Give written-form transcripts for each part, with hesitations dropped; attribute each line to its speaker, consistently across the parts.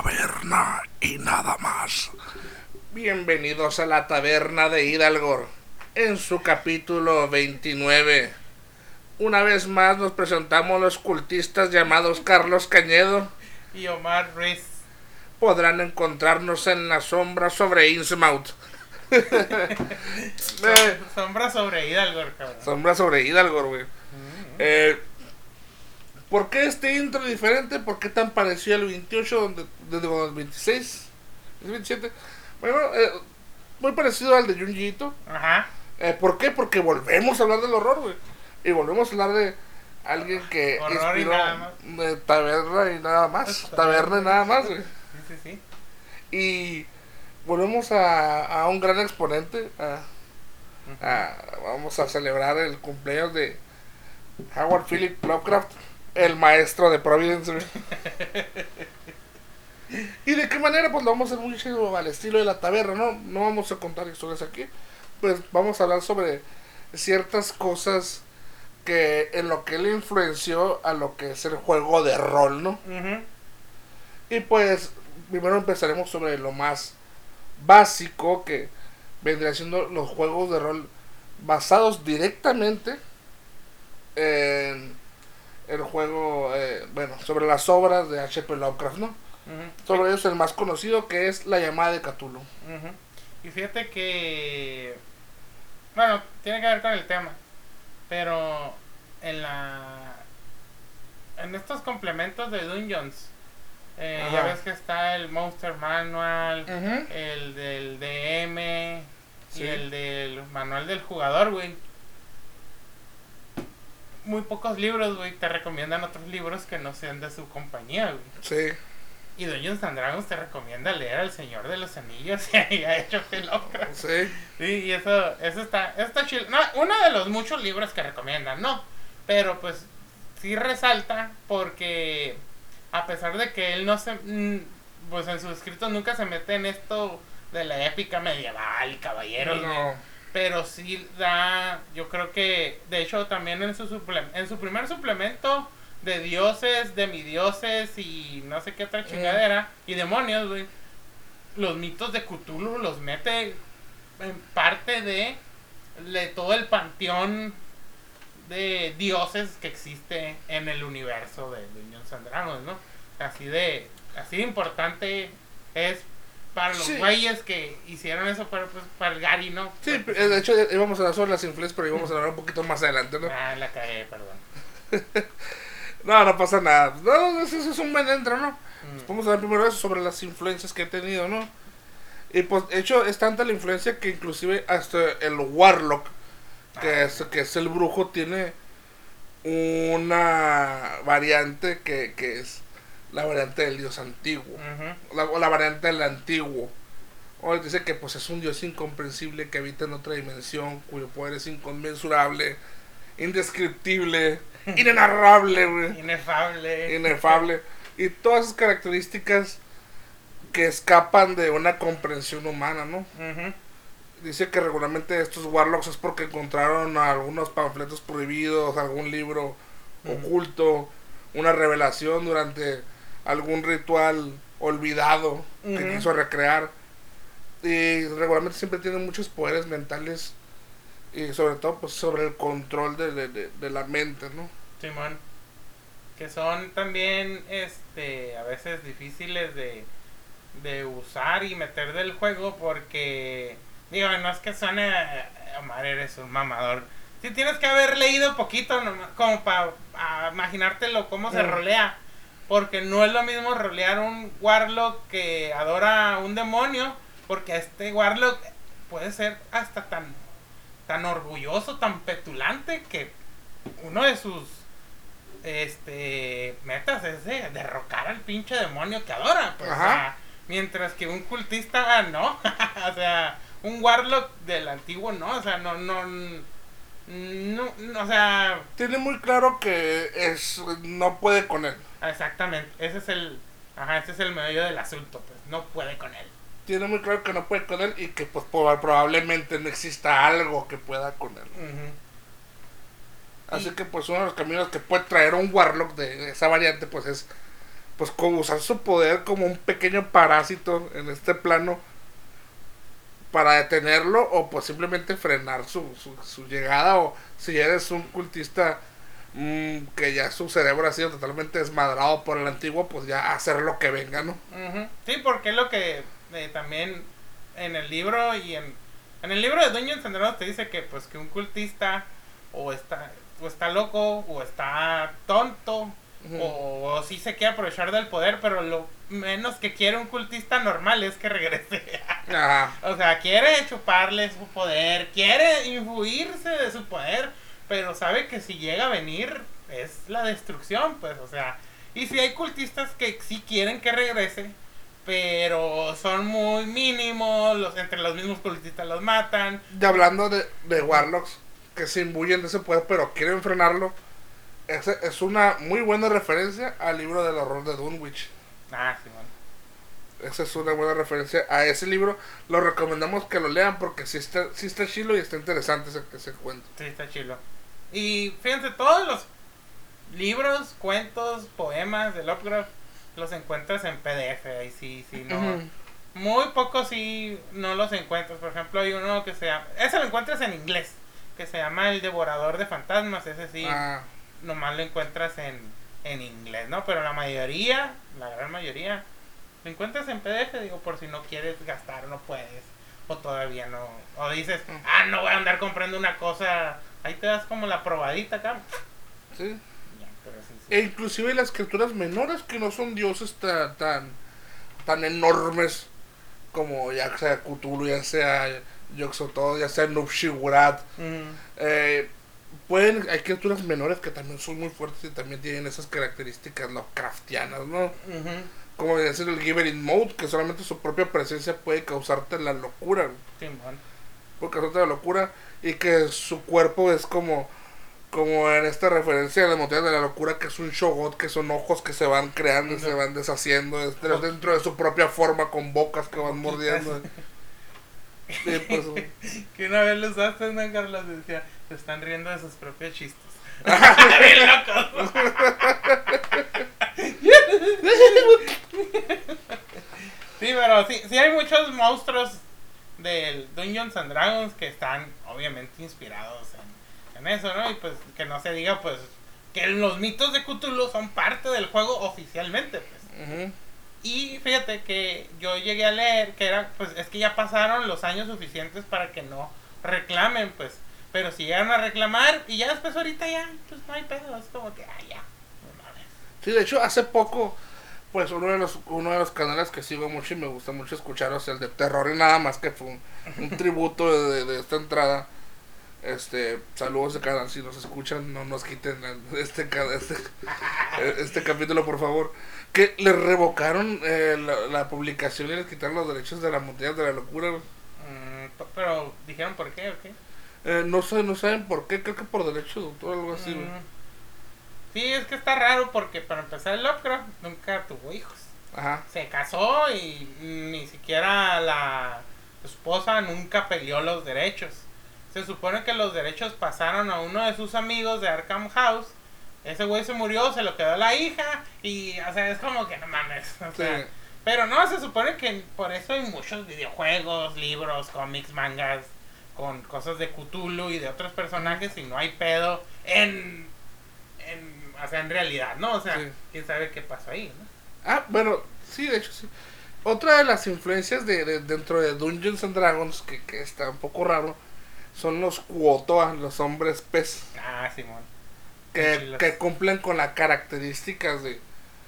Speaker 1: taberna y nada más. Bienvenidos a la taberna de Hidalgo, en su capítulo 29. Una vez más nos presentamos los cultistas llamados Carlos Cañedo
Speaker 2: y Omar Ruiz.
Speaker 1: Podrán encontrarnos en la sombra sobre Innsmouth.
Speaker 2: Sombra sobre Hidalgo, cabrón.
Speaker 1: Sombra sobre Hidalgo, güey. ¿Por qué este intro diferente? ¿Por qué tan parecido al 28 desde el 26? ¿El 27? Bueno, muy parecido al de Junjiito.
Speaker 2: Ajá.
Speaker 1: ¿Por qué? Porque volvemos a hablar del horror, güey. Y volvemos a hablar de alguien que
Speaker 2: horror
Speaker 1: inspiró
Speaker 2: y nada más.
Speaker 1: De taberna y nada más. Taberna y nada más, güey.
Speaker 2: Sí.
Speaker 1: Y volvemos a un gran exponente. Vamos a celebrar el cumpleaños de Howard Philip Lovecraft, el maestro de Providence, güey. ¿Y de qué manera? Pues lo vamos a hacer muy chido al estilo de la taberna, ¿no? No vamos a contar historias aquí. Pues vamos a hablar sobre ciertas cosas que en lo que él influenció a lo que es el juego de rol, ¿no? Y pues primero empezaremos sobre lo más básico, que vendría siendo los juegos de rol basados directamente en el juego, sobre las obras de H.P. Lovecraft, ¿no? Sobre ellos el más conocido, que es La llamada de Cthulhu.
Speaker 2: Y fíjate que, bueno, tiene que ver con el tema, pero en estos complementos de Dungeons, ya ves que está el Monster Manual, el del DM, sí, y el del manual del jugador, güey. Muy pocos libros, güey, te recomiendan otros libros que no sean de su compañía, güey.
Speaker 1: Sí.
Speaker 2: Y Dungeons and Dragons te recomienda leer El Señor de los Anillos y a H.P. Lovecraft.
Speaker 1: Sí.
Speaker 2: Sí, y eso está chido. No, uno de los muchos libros que recomiendan, ¿no? Pero pues sí resalta porque a pesar de que él no se... pues en sus escritos nunca se mete en esto de la épica medieval y caballeros,
Speaker 1: no.
Speaker 2: Pero sí da... Yo creo que... De hecho también en su primer suplemento de dioses, demidioses y no sé qué otra chingadera, y demonios, güey, los mitos de Cthulhu los mete en parte de todo el panteón de dioses que existe en el universo de Dungeons and Dragons, ¿no? Así de importante es para los güeyes que hicieron eso, pero pues para el Gary, ¿no?
Speaker 1: Sí, de hecho íbamos a hablar sobre las influencias, pero íbamos a hablar un poquito más adelante, ¿no?
Speaker 2: La cagué, perdón.
Speaker 1: No pasa nada. No, eso es un buen intro, ¿no? Vamos a hablar primero eso sobre las influencias que he tenido, ¿no? Y pues, de hecho, es tanta la influencia que inclusive hasta el Warlock, que es el brujo, tiene una variante que es la variante del dios antiguo. La variante del antiguo. O dice que pues es un dios incomprensible que habita en otra dimensión, cuyo poder es inconmensurable, indescriptible, inenarrable, güey. Inefable. Y todas esas características que escapan de una comprensión humana, ¿no? Dice que regularmente estos warlocks es porque encontraron algunos panfletos prohibidos, algún libro oculto, una revelación durante algún ritual olvidado que quiso recrear. Y regularmente siempre tienen muchos poderes mentales y sobre todo pues sobre el control de la mente, ¿no?
Speaker 2: Simón, que son también a veces difíciles de usar y meter del juego porque digo, no es que suene Omar, eres un mamador. Sí tienes que haber leído poquito como para imaginártelo cómo se rolea, porque no es lo mismo rolear un warlock que adora a un demonio, porque este warlock puede ser hasta tan orgulloso, tan petulante, que uno de sus metas es de derrocar al pinche demonio que adora, pues, o sea, mientras que un cultista no. O sea, un warlock del antiguo no, o sea, no, o sea,
Speaker 1: tiene muy claro que no puede con él.
Speaker 2: Exactamente, ese es el meollo del asunto, pues, no puede con él.
Speaker 1: Tiene muy claro que no puede con él y que pues probablemente no exista algo que pueda con él. Así que pues uno de los caminos que puede traer un warlock de esa variante pues es pues como usar su poder como un pequeño parásito en este plano para detenerlo o pues simplemente frenar su llegada, o si eres un cultista que ya su cerebro ha sido totalmente desmadrado por el antiguo, pues ya hacer lo que venga, ¿no?
Speaker 2: Sí, porque es lo que también en el libro y en el libro de Dungeons and Dragons te dice que pues que un cultista o está loco o está tonto o sí se quiere aprovechar del poder, pero lo menos que quiere un cultista normal es que regrese. O sea, quiere chuparle su poder, quiere influirse de su poder, pero sabe que si llega a venir es la destrucción, pues, o sea, y si hay cultistas que sí quieren que regrese, pero son muy mínimos, entre los mismos cultistas los matan.
Speaker 1: Y hablando de Warlocks que se imbuyen de ese poder pero quieren frenarlo, es una muy buena referencia al libro del horror de Dunwich.
Speaker 2: Sí, bueno.
Speaker 1: Esa es una buena referencia a ese libro. Lo recomendamos que lo lean porque sí está chilo y está interesante ese cuento.
Speaker 2: Sí, está chilo. Y fíjense, todos los libros, cuentos, poemas de Lovecraft los encuentras en PDF. Ahí sí, no. Muy pocos sí no los encuentras. Por ejemplo, hay uno que se llama... Ese lo encuentras en inglés, que se llama El Devorador de Fantasmas. Ese sí, nomás lo encuentras en inglés, ¿no? Pero la gran mayoría, lo encuentras en PDF, digo, por si no quieres gastar, no puedes, o todavía no, o dices, no voy a andar comprando una cosa, ahí te das como la probadita acá.
Speaker 1: Sí.
Speaker 2: Ya, pero sí.
Speaker 1: E inclusive las criaturas menores que no son dioses tan enormes como ya sea Cthulhu, ya sea Yog-Sothoth, ya sea Nub-Shigurat, hay criaturas menores que también son muy fuertes y también tienen esas características Lovecraftianas, ¿no? Como decir el Gibbering Mode, que solamente su propia presencia puede causarte la locura.
Speaker 2: Sí, man.
Speaker 1: Puede causarte la locura, y que su cuerpo es como en esta referencia de la montaña de la locura, que es un Shoggoth, que son ojos que se van creando y se van deshaciendo dentro de su propia forma, con bocas que van mordiendo. Sí, pues,
Speaker 2: que una vez lo usaste, ¿no, Carlos? Decía, se están riendo de sus propios chistes. ¡Bien locos! Sí, pero sí hay muchos monstruos del Dungeons and Dragons que están obviamente inspirados en eso, ¿no? Y pues que no se diga pues que los mitos de Cthulhu son parte del juego oficialmente, pues. Y fíjate que yo llegué a leer que era, pues es que ya pasaron los años suficientes para que no reclamen, pues. Pero si llegan a reclamar y ya después ahorita ya, pues no hay pedo, es como que, ya, no mames.
Speaker 1: Sí, de hecho hace poco, pues uno de los canales que sigo mucho y me gusta mucho escuchar, o sea, el de Terror y Nada Más, que fue un tributo de esta entrada. Saludos de canal, si nos escuchan, no nos quiten este capítulo, por favor. Que le revocaron la publicación y les quitaron los derechos de la montaña de la locura.
Speaker 2: Pero dijeron por qué, ¿o qué?
Speaker 1: No saben por qué, creo que por derecho de autor o algo así.
Speaker 2: Sí, es que está raro porque para empezar el Lovecraft nunca tuvo hijos.
Speaker 1: Ajá.
Speaker 2: Se casó y ni siquiera la esposa nunca peleó los derechos. Se supone que los derechos pasaron a uno de sus amigos de Arkham House. Ese güey se murió, se lo quedó la hija y, o sea, es como que no mames. O sea, sí. Pero no, se supone que por eso hay muchos videojuegos, libros, cómics, mangas con cosas de Cthulhu y de otros personajes y no hay pedo en realidad, ¿no? O sea, sí. ¿Quién sabe qué pasó ahí, no?
Speaker 1: Bueno, sí, de hecho sí. Otra de las influencias dentro de Dungeons and Dragons que está un poco raro son los Quotoa, los hombres pez.
Speaker 2: Simón.
Speaker 1: Que cumplen con las características de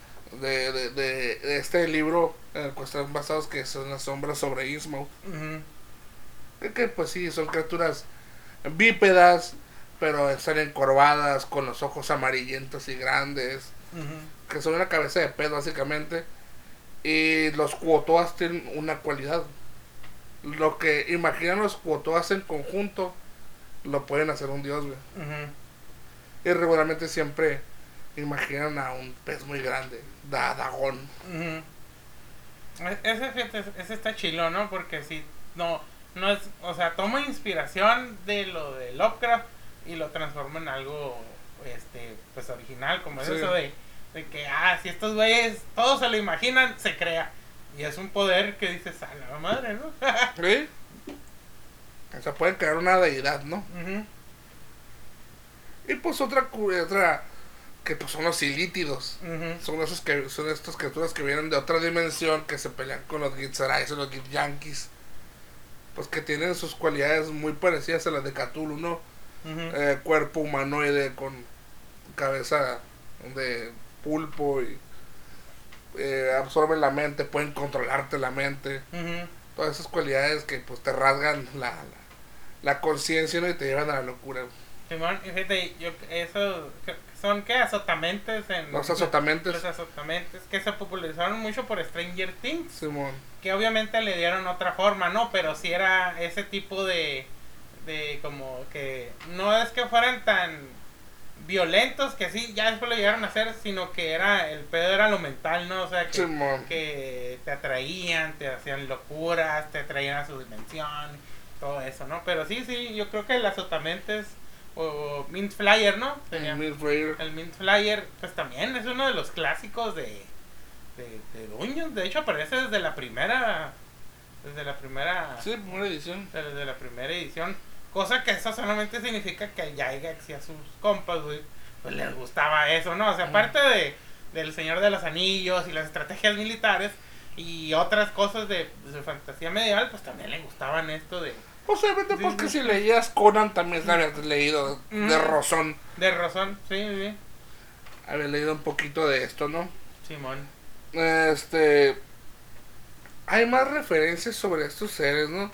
Speaker 1: este libro en el cual están basados, que son las sombras sobre Innsmouth. Que pues sí, son criaturas bípedas, pero están encorvadas, con los ojos amarillentos y grandes, que son una cabeza de pez básicamente. Y los Quotoas tienen una cualidad: lo que imaginan los Quotoas en conjunto lo pueden hacer un dios, güey. Y regularmente siempre imaginan a un pez muy grande, Dagón.
Speaker 2: Ese está chilo, ¿no? Porque si no es, o sea, toma inspiración de lo de Lovecraft y lo transforma en algo pues original, como es eso de De que, si estos güeyes todos se lo imaginan, se crea. Y es un poder que dices, a la madre, ¿no?
Speaker 1: ¿Sí? O sea, pueden crear una deidad, ¿no?
Speaker 2: Uh-huh.
Speaker 1: Y pues otra que pues son los ilítidos.
Speaker 2: Uh-huh.
Speaker 1: Son estas criaturas que vienen de otra dimensión, que se pelean con los Gitzerais o los Githyanki. Pues que tienen sus cualidades muy parecidas a las de Cthulhu, ¿no?
Speaker 2: Uh-huh.
Speaker 1: Cuerpo humanoide con cabeza de pulpo y absorben la mente, pueden controlarte la mente.
Speaker 2: Uh-huh.
Speaker 1: Todas esas cualidades que pues te rasgan la conciencia, ¿no? Y te llevan a la locura.
Speaker 2: Simón, fíjate, eso son ¿qué? Azotamentes
Speaker 1: Los azotamentes.
Speaker 2: Los azotamentes que se popularizaron mucho por Stranger Things.
Speaker 1: Simón.
Speaker 2: Que obviamente le dieron otra forma, ¿no? Pero sí era ese tipo de como que no es que fueran tan violentos, que sí, ya después lo llegaron a hacer, sino que el pedo era lo mental, ¿no? O sea, que te atraían, te hacían locuras, te atraían a su dimensión, todo eso, ¿no? Pero sí, yo creo que el azotamentes o Mint Flyer, ¿no?
Speaker 1: El Mint Flyer.
Speaker 2: El Mint Flyer, pues también es uno de los clásicos de Dungeons. De hecho, aparece desde la primera.
Speaker 1: Sí, primera edición.
Speaker 2: Desde la primera edición. Cosa que eso solamente significa que al Gygax y a sus compas, güey, pues les gustaba eso, ¿no? O sea, aparte del Señor de los Anillos y las estrategias militares y otras cosas de fantasía medieval, pues también les gustaban esto de.
Speaker 1: Posiblemente, pues que si leías Conan también la habías leído de Rozón.
Speaker 2: De Rozón, sí.
Speaker 1: Había leído un poquito de esto, ¿no?
Speaker 2: Simón.
Speaker 1: Hay más referencias sobre estos seres, ¿no?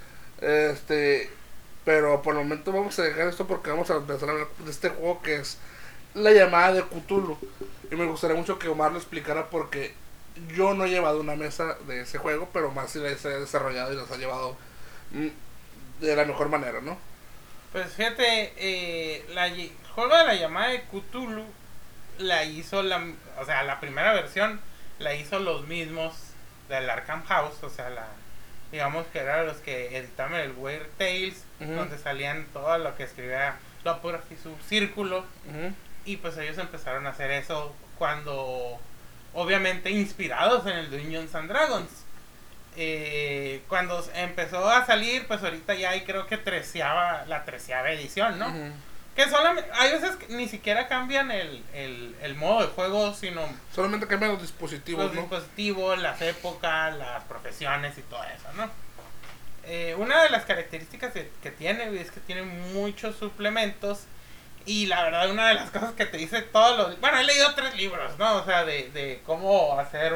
Speaker 1: Pero por el momento vamos a dejar esto porque vamos a empezar a hablar de este juego que es La Llamada de Cthulhu. Y me gustaría mucho que Omar lo explicara porque yo no he llevado una mesa de ese juego, pero más si la he desarrollado y los ha llevado de la mejor manera, ¿no?
Speaker 2: Pues fíjate, el juego de La Llamada de Cthulhu la hizo la primera versión la hizo los mismos del Arkham House, o sea, digamos que eran los que editaban el Weird Tales, donde salían todo lo que escribía Lovecraft y su círculo, y pues ellos empezaron a hacer eso cuando, obviamente inspirados en el Dungeons and Dragons. Cuando empezó a salir, pues ahorita ya hay creo que la 13ª edición, ¿no? Que solamente, hay veces que ni siquiera cambian el modo de juego, sino
Speaker 1: solamente cambian los dispositivos,
Speaker 2: los dispositivos, las épocas, las profesiones y todo eso, ¿no? Una de las características que tiene es que tiene muchos suplementos. Y la verdad, una de las cosas que te dice bueno, he leído 3 libros, ¿no? O sea, de cómo hacer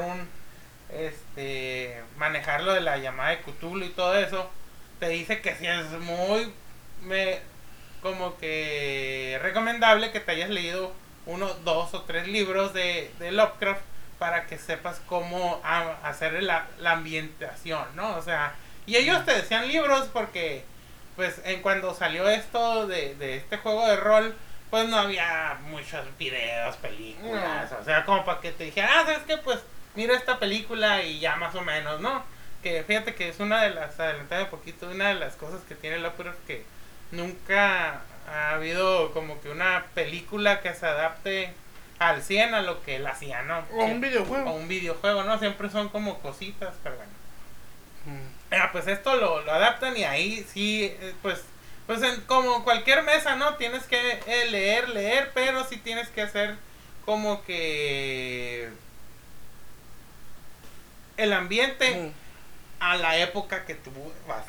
Speaker 2: manejarlo de La Llamada de Cthulhu y todo eso. Te dice que sí es muy como que recomendable que te hayas leído 1, 2 o 3 libros de Lovecraft para que sepas cómo hacer la ambientación, ¿no? O sea, y ellos te decían libros porque pues cuando salió esto de este juego de rol, pues no había muchos videos, películas, o sea, como para que te dijeran, ¿sabes qué? Pues mira esta película y ya más o menos, ¿no? Que fíjate que es una de las, adelantando un poquito, una de las cosas que tiene Lovecraft, que nunca ha habido como que una película que se adapte al 100 a lo que él hacía, ¿no?
Speaker 1: O un videojuego.
Speaker 2: O un videojuego, ¿no? Siempre son como cositas, pero bueno. Pues esto lo adaptan y ahí sí, pues como cualquier mesa, ¿no? Tienes que leer, pero sí tienes que hacer como que el ambiente a la época que tú vas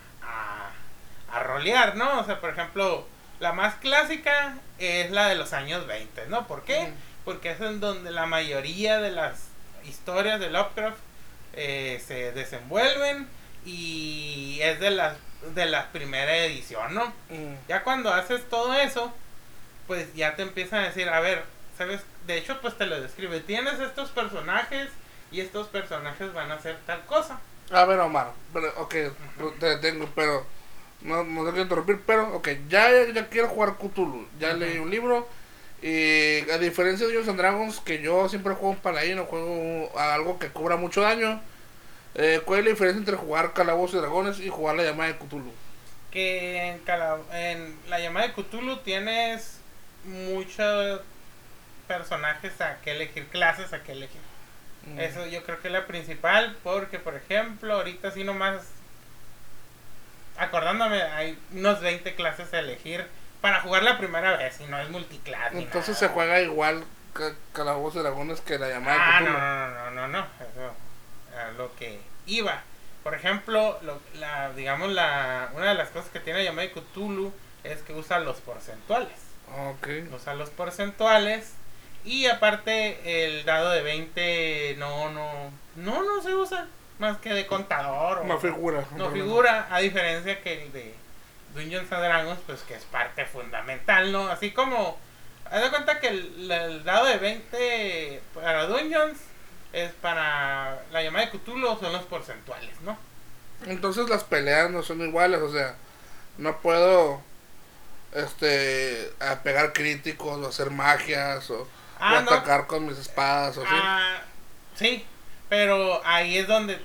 Speaker 2: a rolear, ¿no? O sea, por ejemplo, la más clásica es la de los años 20, ¿no? ¿Por qué? Porque es en donde la mayoría de las historias de Lovecraft se desenvuelven y es de la primera edición, ¿no? Ya cuando haces todo eso, pues ya te empiezan a decir, a ver, ¿sabes? De hecho, pues te lo describe. Tienes estos personajes y estos personajes van a hacer tal cosa.
Speaker 1: A ver, Omar, pero, te detengo, pero no te quiero interrumpir, pero, ya quiero jugar Cthulhu. Ya leí un libro y a diferencia de Dungeons and Dragons, que yo siempre juego un paladín o juego algo que cubra mucho daño, ¿cuál es la diferencia entre jugar Calabozos y Dragones y jugar La Llamada de Cthulhu?
Speaker 2: Que en La Llamada de Cthulhu tienes mucha personajes a qué elegir, clases a qué elegir. Eso yo creo que es la principal, porque por ejemplo, ahorita sí nomás acordándome, hay unos 20 clases a elegir para jugar la primera vez y no es multiclase.
Speaker 1: Entonces se juega igual Calabozos y Dragones que la llamada de Cthulhu.
Speaker 2: No, eso a lo que iba. Por ejemplo, digamos una de las cosas que tiene la llamada de Cthulhu es que usa los porcentuales.
Speaker 1: Okay.
Speaker 2: Usa los porcentuales y aparte el dado de 20 no se usa más que de contador.
Speaker 1: No figura.
Speaker 2: No figura, a diferencia que el de Dungeons and Dragons, pues que es parte fundamental, ¿no? Así como, haz de cuenta que el dado de 20 para Dungeons es para la llamada de Cthulhu, son los porcentuales, ¿no?
Speaker 1: Entonces las peleas no son iguales, o sea, no puedo a pegar críticos o hacer magias o atacar con mis espadas o
Speaker 2: sí, pero ahí es donde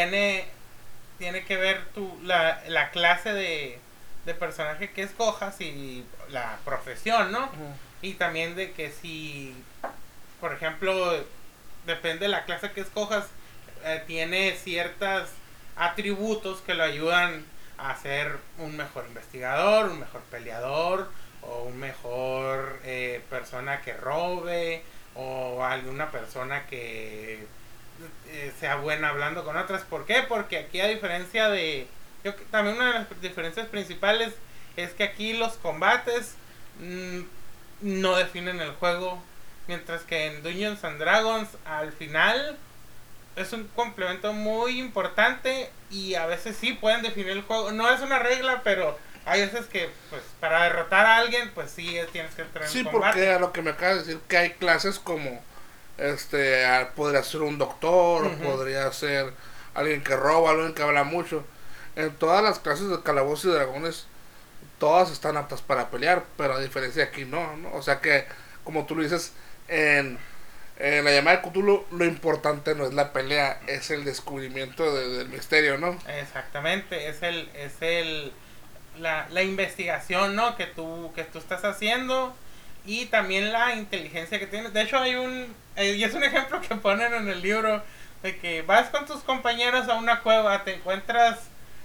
Speaker 2: tiene que ver la clase de personaje que escojas y la profesión, ¿no? Y también de que si, por ejemplo, depende de la clase que escojas, tiene ciertos atributos que lo ayudan a ser un mejor investigador, un mejor peleador, o un mejor persona que robe, o alguna persona que sea buena hablando con otras. ¿Por qué? Porque aquí, a diferencia también una de las diferencias principales es que aquí los combates no definen el juego, mientras que en Dungeons and Dragons al final es un complemento muy importante y a veces sí pueden definir el juego. No es una regla, pero hay veces que pues para derrotar a alguien pues sí tienes que entrar en combate.
Speaker 1: Sí, porque a lo que me acabas de decir que hay clases como podría ser un doctor, o podría ser alguien que roba, alguien que habla mucho. En todas las clases de Calabozos y Dragones todas están aptas para pelear, pero a diferencia de aquí no. O sea que, como tú lo dices, en la llamada de Cthulhu lo importante no es la pelea, es el descubrimiento del misterio, ¿no?
Speaker 2: Exactamente, es la investigación, ¿no? que tú estás haciendo, y también la inteligencia que tienes. De hecho hay y es un ejemplo que ponen en el libro, de que vas con tus compañeros a una cueva, te encuentras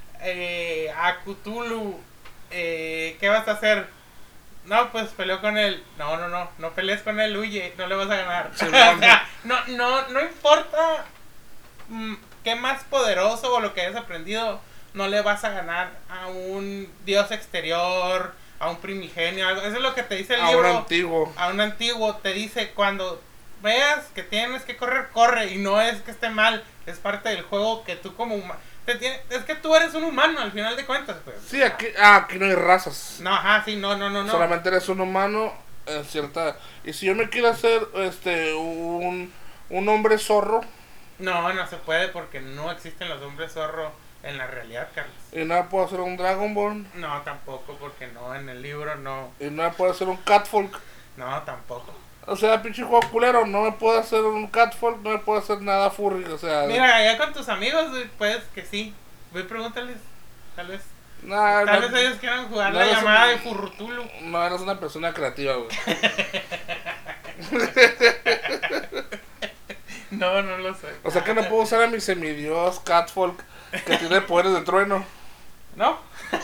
Speaker 2: a Cthulhu, ¿qué vas a hacer? No, pues peleo con él. No pelees con él, huye, no le vas a ganar. Sí, o sea, no importa qué más poderoso o lo que hayas aprendido, no le vas a ganar a un dios exterior, a un primigenio, algo. Eso es lo que te dice el libro. A un antiguo te dice, cuando veas que tienes que correr, corre, y no es que esté mal, es parte del juego que tú como humano es que tú eres un humano al final de cuentas, pues.
Speaker 1: Sí, aquí no hay razas.
Speaker 2: No, sí, no.
Speaker 1: Solamente eres un humano en cierta. Y si yo me quiero hacer un hombre zorro.
Speaker 2: No se puede, porque no existen los hombres zorro en la realidad, Carlos.
Speaker 1: ¿Y no puedo hacer un Dragonborn?
Speaker 2: No, tampoco, porque no, en el libro no.
Speaker 1: ¿Y no puedo hacer un Catfolk?
Speaker 2: No, tampoco.
Speaker 1: O sea, pinche juego culero, no me puedo hacer un Catfolk, no me puedo hacer nada furry, o sea...
Speaker 2: Mira, allá con tus amigos, pues, que sí. Voy, pregúntales, tal vez. Tal vez ellos quieran jugar la llamada de Furrutulu.
Speaker 1: No, eres una persona creativa, güey.
Speaker 2: No lo sé.
Speaker 1: O sea que no puedo usar a mi semidios Catfolk, que tiene poderes de trueno.
Speaker 2: ¿No?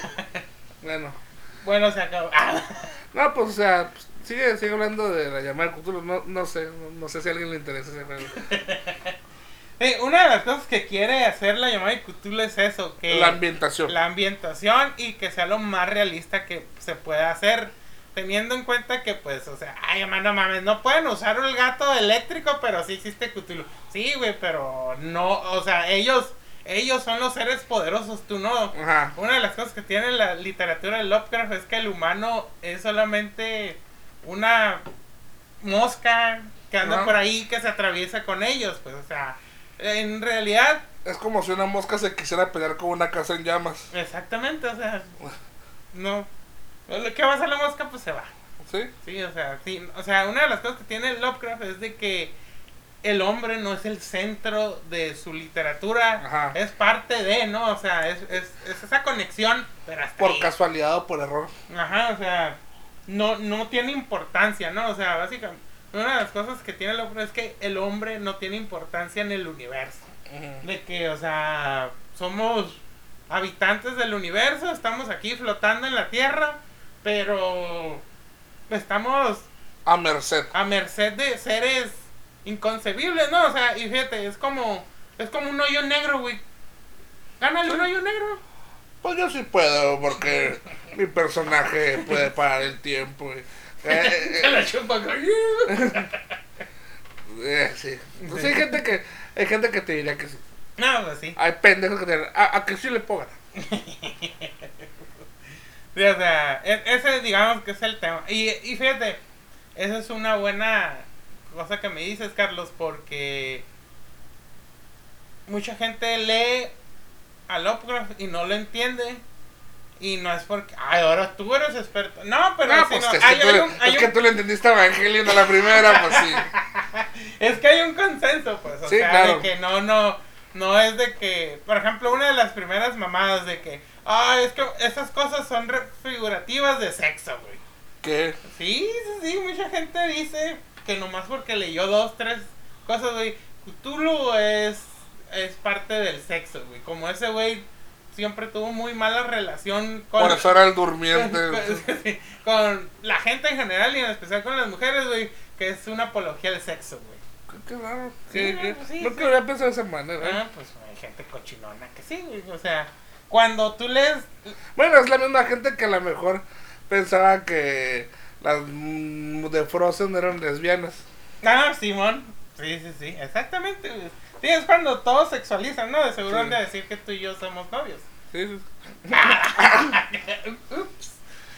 Speaker 2: Bueno, se acabó.
Speaker 1: No, pues, o sea... Sigue hablando de la llamada de Cthulhu. No sé si a alguien le interesa ese juego.
Speaker 2: Una de las cosas que quiere hacer la llamada de Cthulhu es eso, que
Speaker 1: la ambientación
Speaker 2: y que sea lo más realista que se pueda hacer, teniendo en cuenta que pues, o sea, ay, no mames, no pueden usar el gato eléctrico, pero sí existe Cthulhu. Sí, güey, pero no, o sea, ellos son los seres poderosos, tú no.
Speaker 1: Ajá.
Speaker 2: Una de las cosas que tiene la literatura de Lovecraft es que el humano es solamente una mosca que anda por ahí, que se atraviesa con ellos, pues, o sea, en realidad
Speaker 1: es como si una mosca se quisiera pelear con una casa en llamas.
Speaker 2: Exactamente, o sea, no, ¿qué va a hacer la mosca? Pues se va.
Speaker 1: Sí,
Speaker 2: o sea, una de las cosas que tiene Lovecraft es de que el hombre no es el centro de su literatura.
Speaker 1: Ajá.
Speaker 2: Es parte de, ¿no? O sea, es esa conexión, pero hasta
Speaker 1: por
Speaker 2: ahí.
Speaker 1: Casualidad o por error.
Speaker 2: Ajá, o sea, no tiene importancia, ¿no? O sea, básicamente, una de las cosas que tiene Lovecraft es que el hombre no tiene importancia en el universo. De que, o sea, somos habitantes del universo, estamos aquí flotando en la Tierra, pero estamos
Speaker 1: a merced
Speaker 2: de seres inconcebibles, ¿no? O sea, y fíjate, es como un hoyo negro, güey. Gánale un hoyo negro.
Speaker 1: Pues yo sí puedo, porque mi personaje puede parar el tiempo.
Speaker 2: Se la chupa con...
Speaker 1: sí. Pues hay gente que te diría que sí.
Speaker 2: No, pues sí.
Speaker 1: Hay pendejos que te dirán, a que sí le puedo ganar.
Speaker 2: Sí, o sea, ese digamos que es el tema. Y fíjate, esa es una buena cosa que me dices, Carlos, porque mucha gente lee a Lovecraft y no lo entiende. Y no es porque, ay, ahora tú eres experto. No, pero
Speaker 1: pues es que tú le entendiste a Evangelion a la primera, pues sí.
Speaker 2: Es que hay un consenso, pues, o
Speaker 1: sí,
Speaker 2: sea,
Speaker 1: claro.
Speaker 2: de que no es de que, por ejemplo, una de las primeras mamadas de que, es que esas cosas son figurativas de sexo, güey.
Speaker 1: ¿Qué?
Speaker 2: Sí, mucha gente dice que nomás porque leyó 2, 3 cosas, güey, Cthulhu es parte del sexo, güey. Como ese güey siempre tuvo muy mala relación con...
Speaker 1: Por eso era el durmiente.
Speaker 2: Con la gente en general y en especial con las mujeres, güey, que es una apología del sexo, güey.
Speaker 1: Qué raro.
Speaker 2: Sí,
Speaker 1: no que había pensado de esa manera.
Speaker 2: Pues hay gente cochinona que sí, güey. O sea, cuando tú lees...
Speaker 1: Bueno, es la misma gente que a lo mejor pensaba que las de Frozen eran lesbianas.
Speaker 2: Simón. Sí, exactamente, güey. Sí, es cuando todos sexualizan, ¿no? De seguro han de decir que tú y yo somos novios.
Speaker 1: Sí.
Speaker 2: Ups.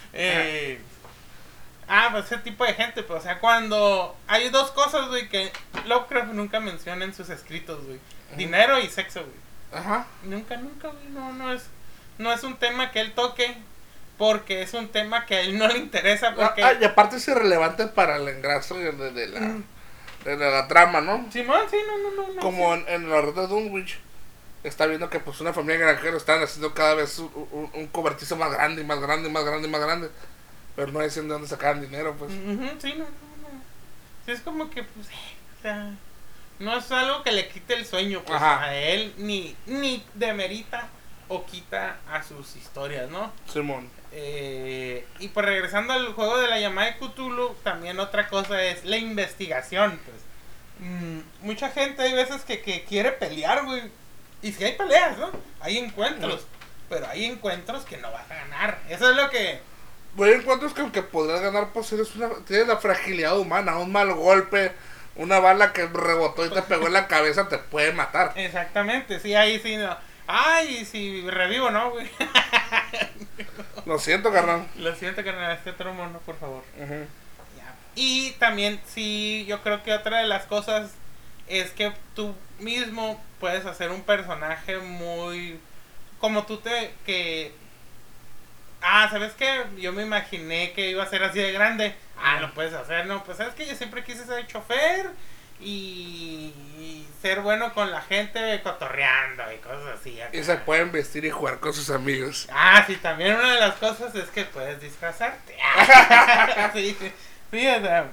Speaker 2: Pues ese tipo de gente, pues, o sea, cuando hay dos cosas, güey, que Lovecraft nunca menciona en sus escritos, güey. Dinero y sexo, güey.
Speaker 1: Ajá.
Speaker 2: Nunca, güey, no es un tema que él toque, porque es un tema que a él no le interesa, porque...
Speaker 1: y aparte es irrelevante para el engraso de la trama, ¿no?
Speaker 2: Simón, sí, no.
Speaker 1: Como en la red de Dunwich. Está viendo que pues una familia de granjeros están haciendo cada vez un cobertizo más grande y más grande y más grande y más grande. Pero no dicen de dónde sacaban dinero, pues.
Speaker 2: Sí, no. Sí, es como que, pues, o sea, no es algo que le quite el sueño, pues, a él, ni demerita o quita a sus historias, ¿no?
Speaker 1: Simón.
Speaker 2: Y pues regresando al juego de la llamada de Cthulhu, también otra cosa es la investigación, pues. Mucha gente hay veces que quiere pelear, güey. Y si hay peleas, ¿no? Hay encuentros. Pero hay encuentros que no vas a ganar. Eso es lo que...
Speaker 1: Hay encuentros que aunque podrás ganar, pues tienes la fragilidad humana. Un mal golpe, una bala que rebotó y te pegó en la cabeza te puede matar.
Speaker 2: Exactamente, sí, ahí sí, no. Ay, si revivo, ¿no, güey?
Speaker 1: Lo siento, carnal.
Speaker 2: Este otro mono, por favor. Y también, sí, yo creo que otra de las cosas es que tú mismo puedes hacer un personaje muy... Como tú ¿sabes qué? Yo me imaginé que iba a ser así de grande. Lo puedes hacer, ¿no? Pues sabes que yo siempre quise ser chofer y ser bueno con la gente cotorreando y cosas así. Acá.
Speaker 1: Y se pueden vestir y jugar con sus amigos.
Speaker 2: Sí, también una de las cosas es que puedes disfrazarte. Sí, o sea,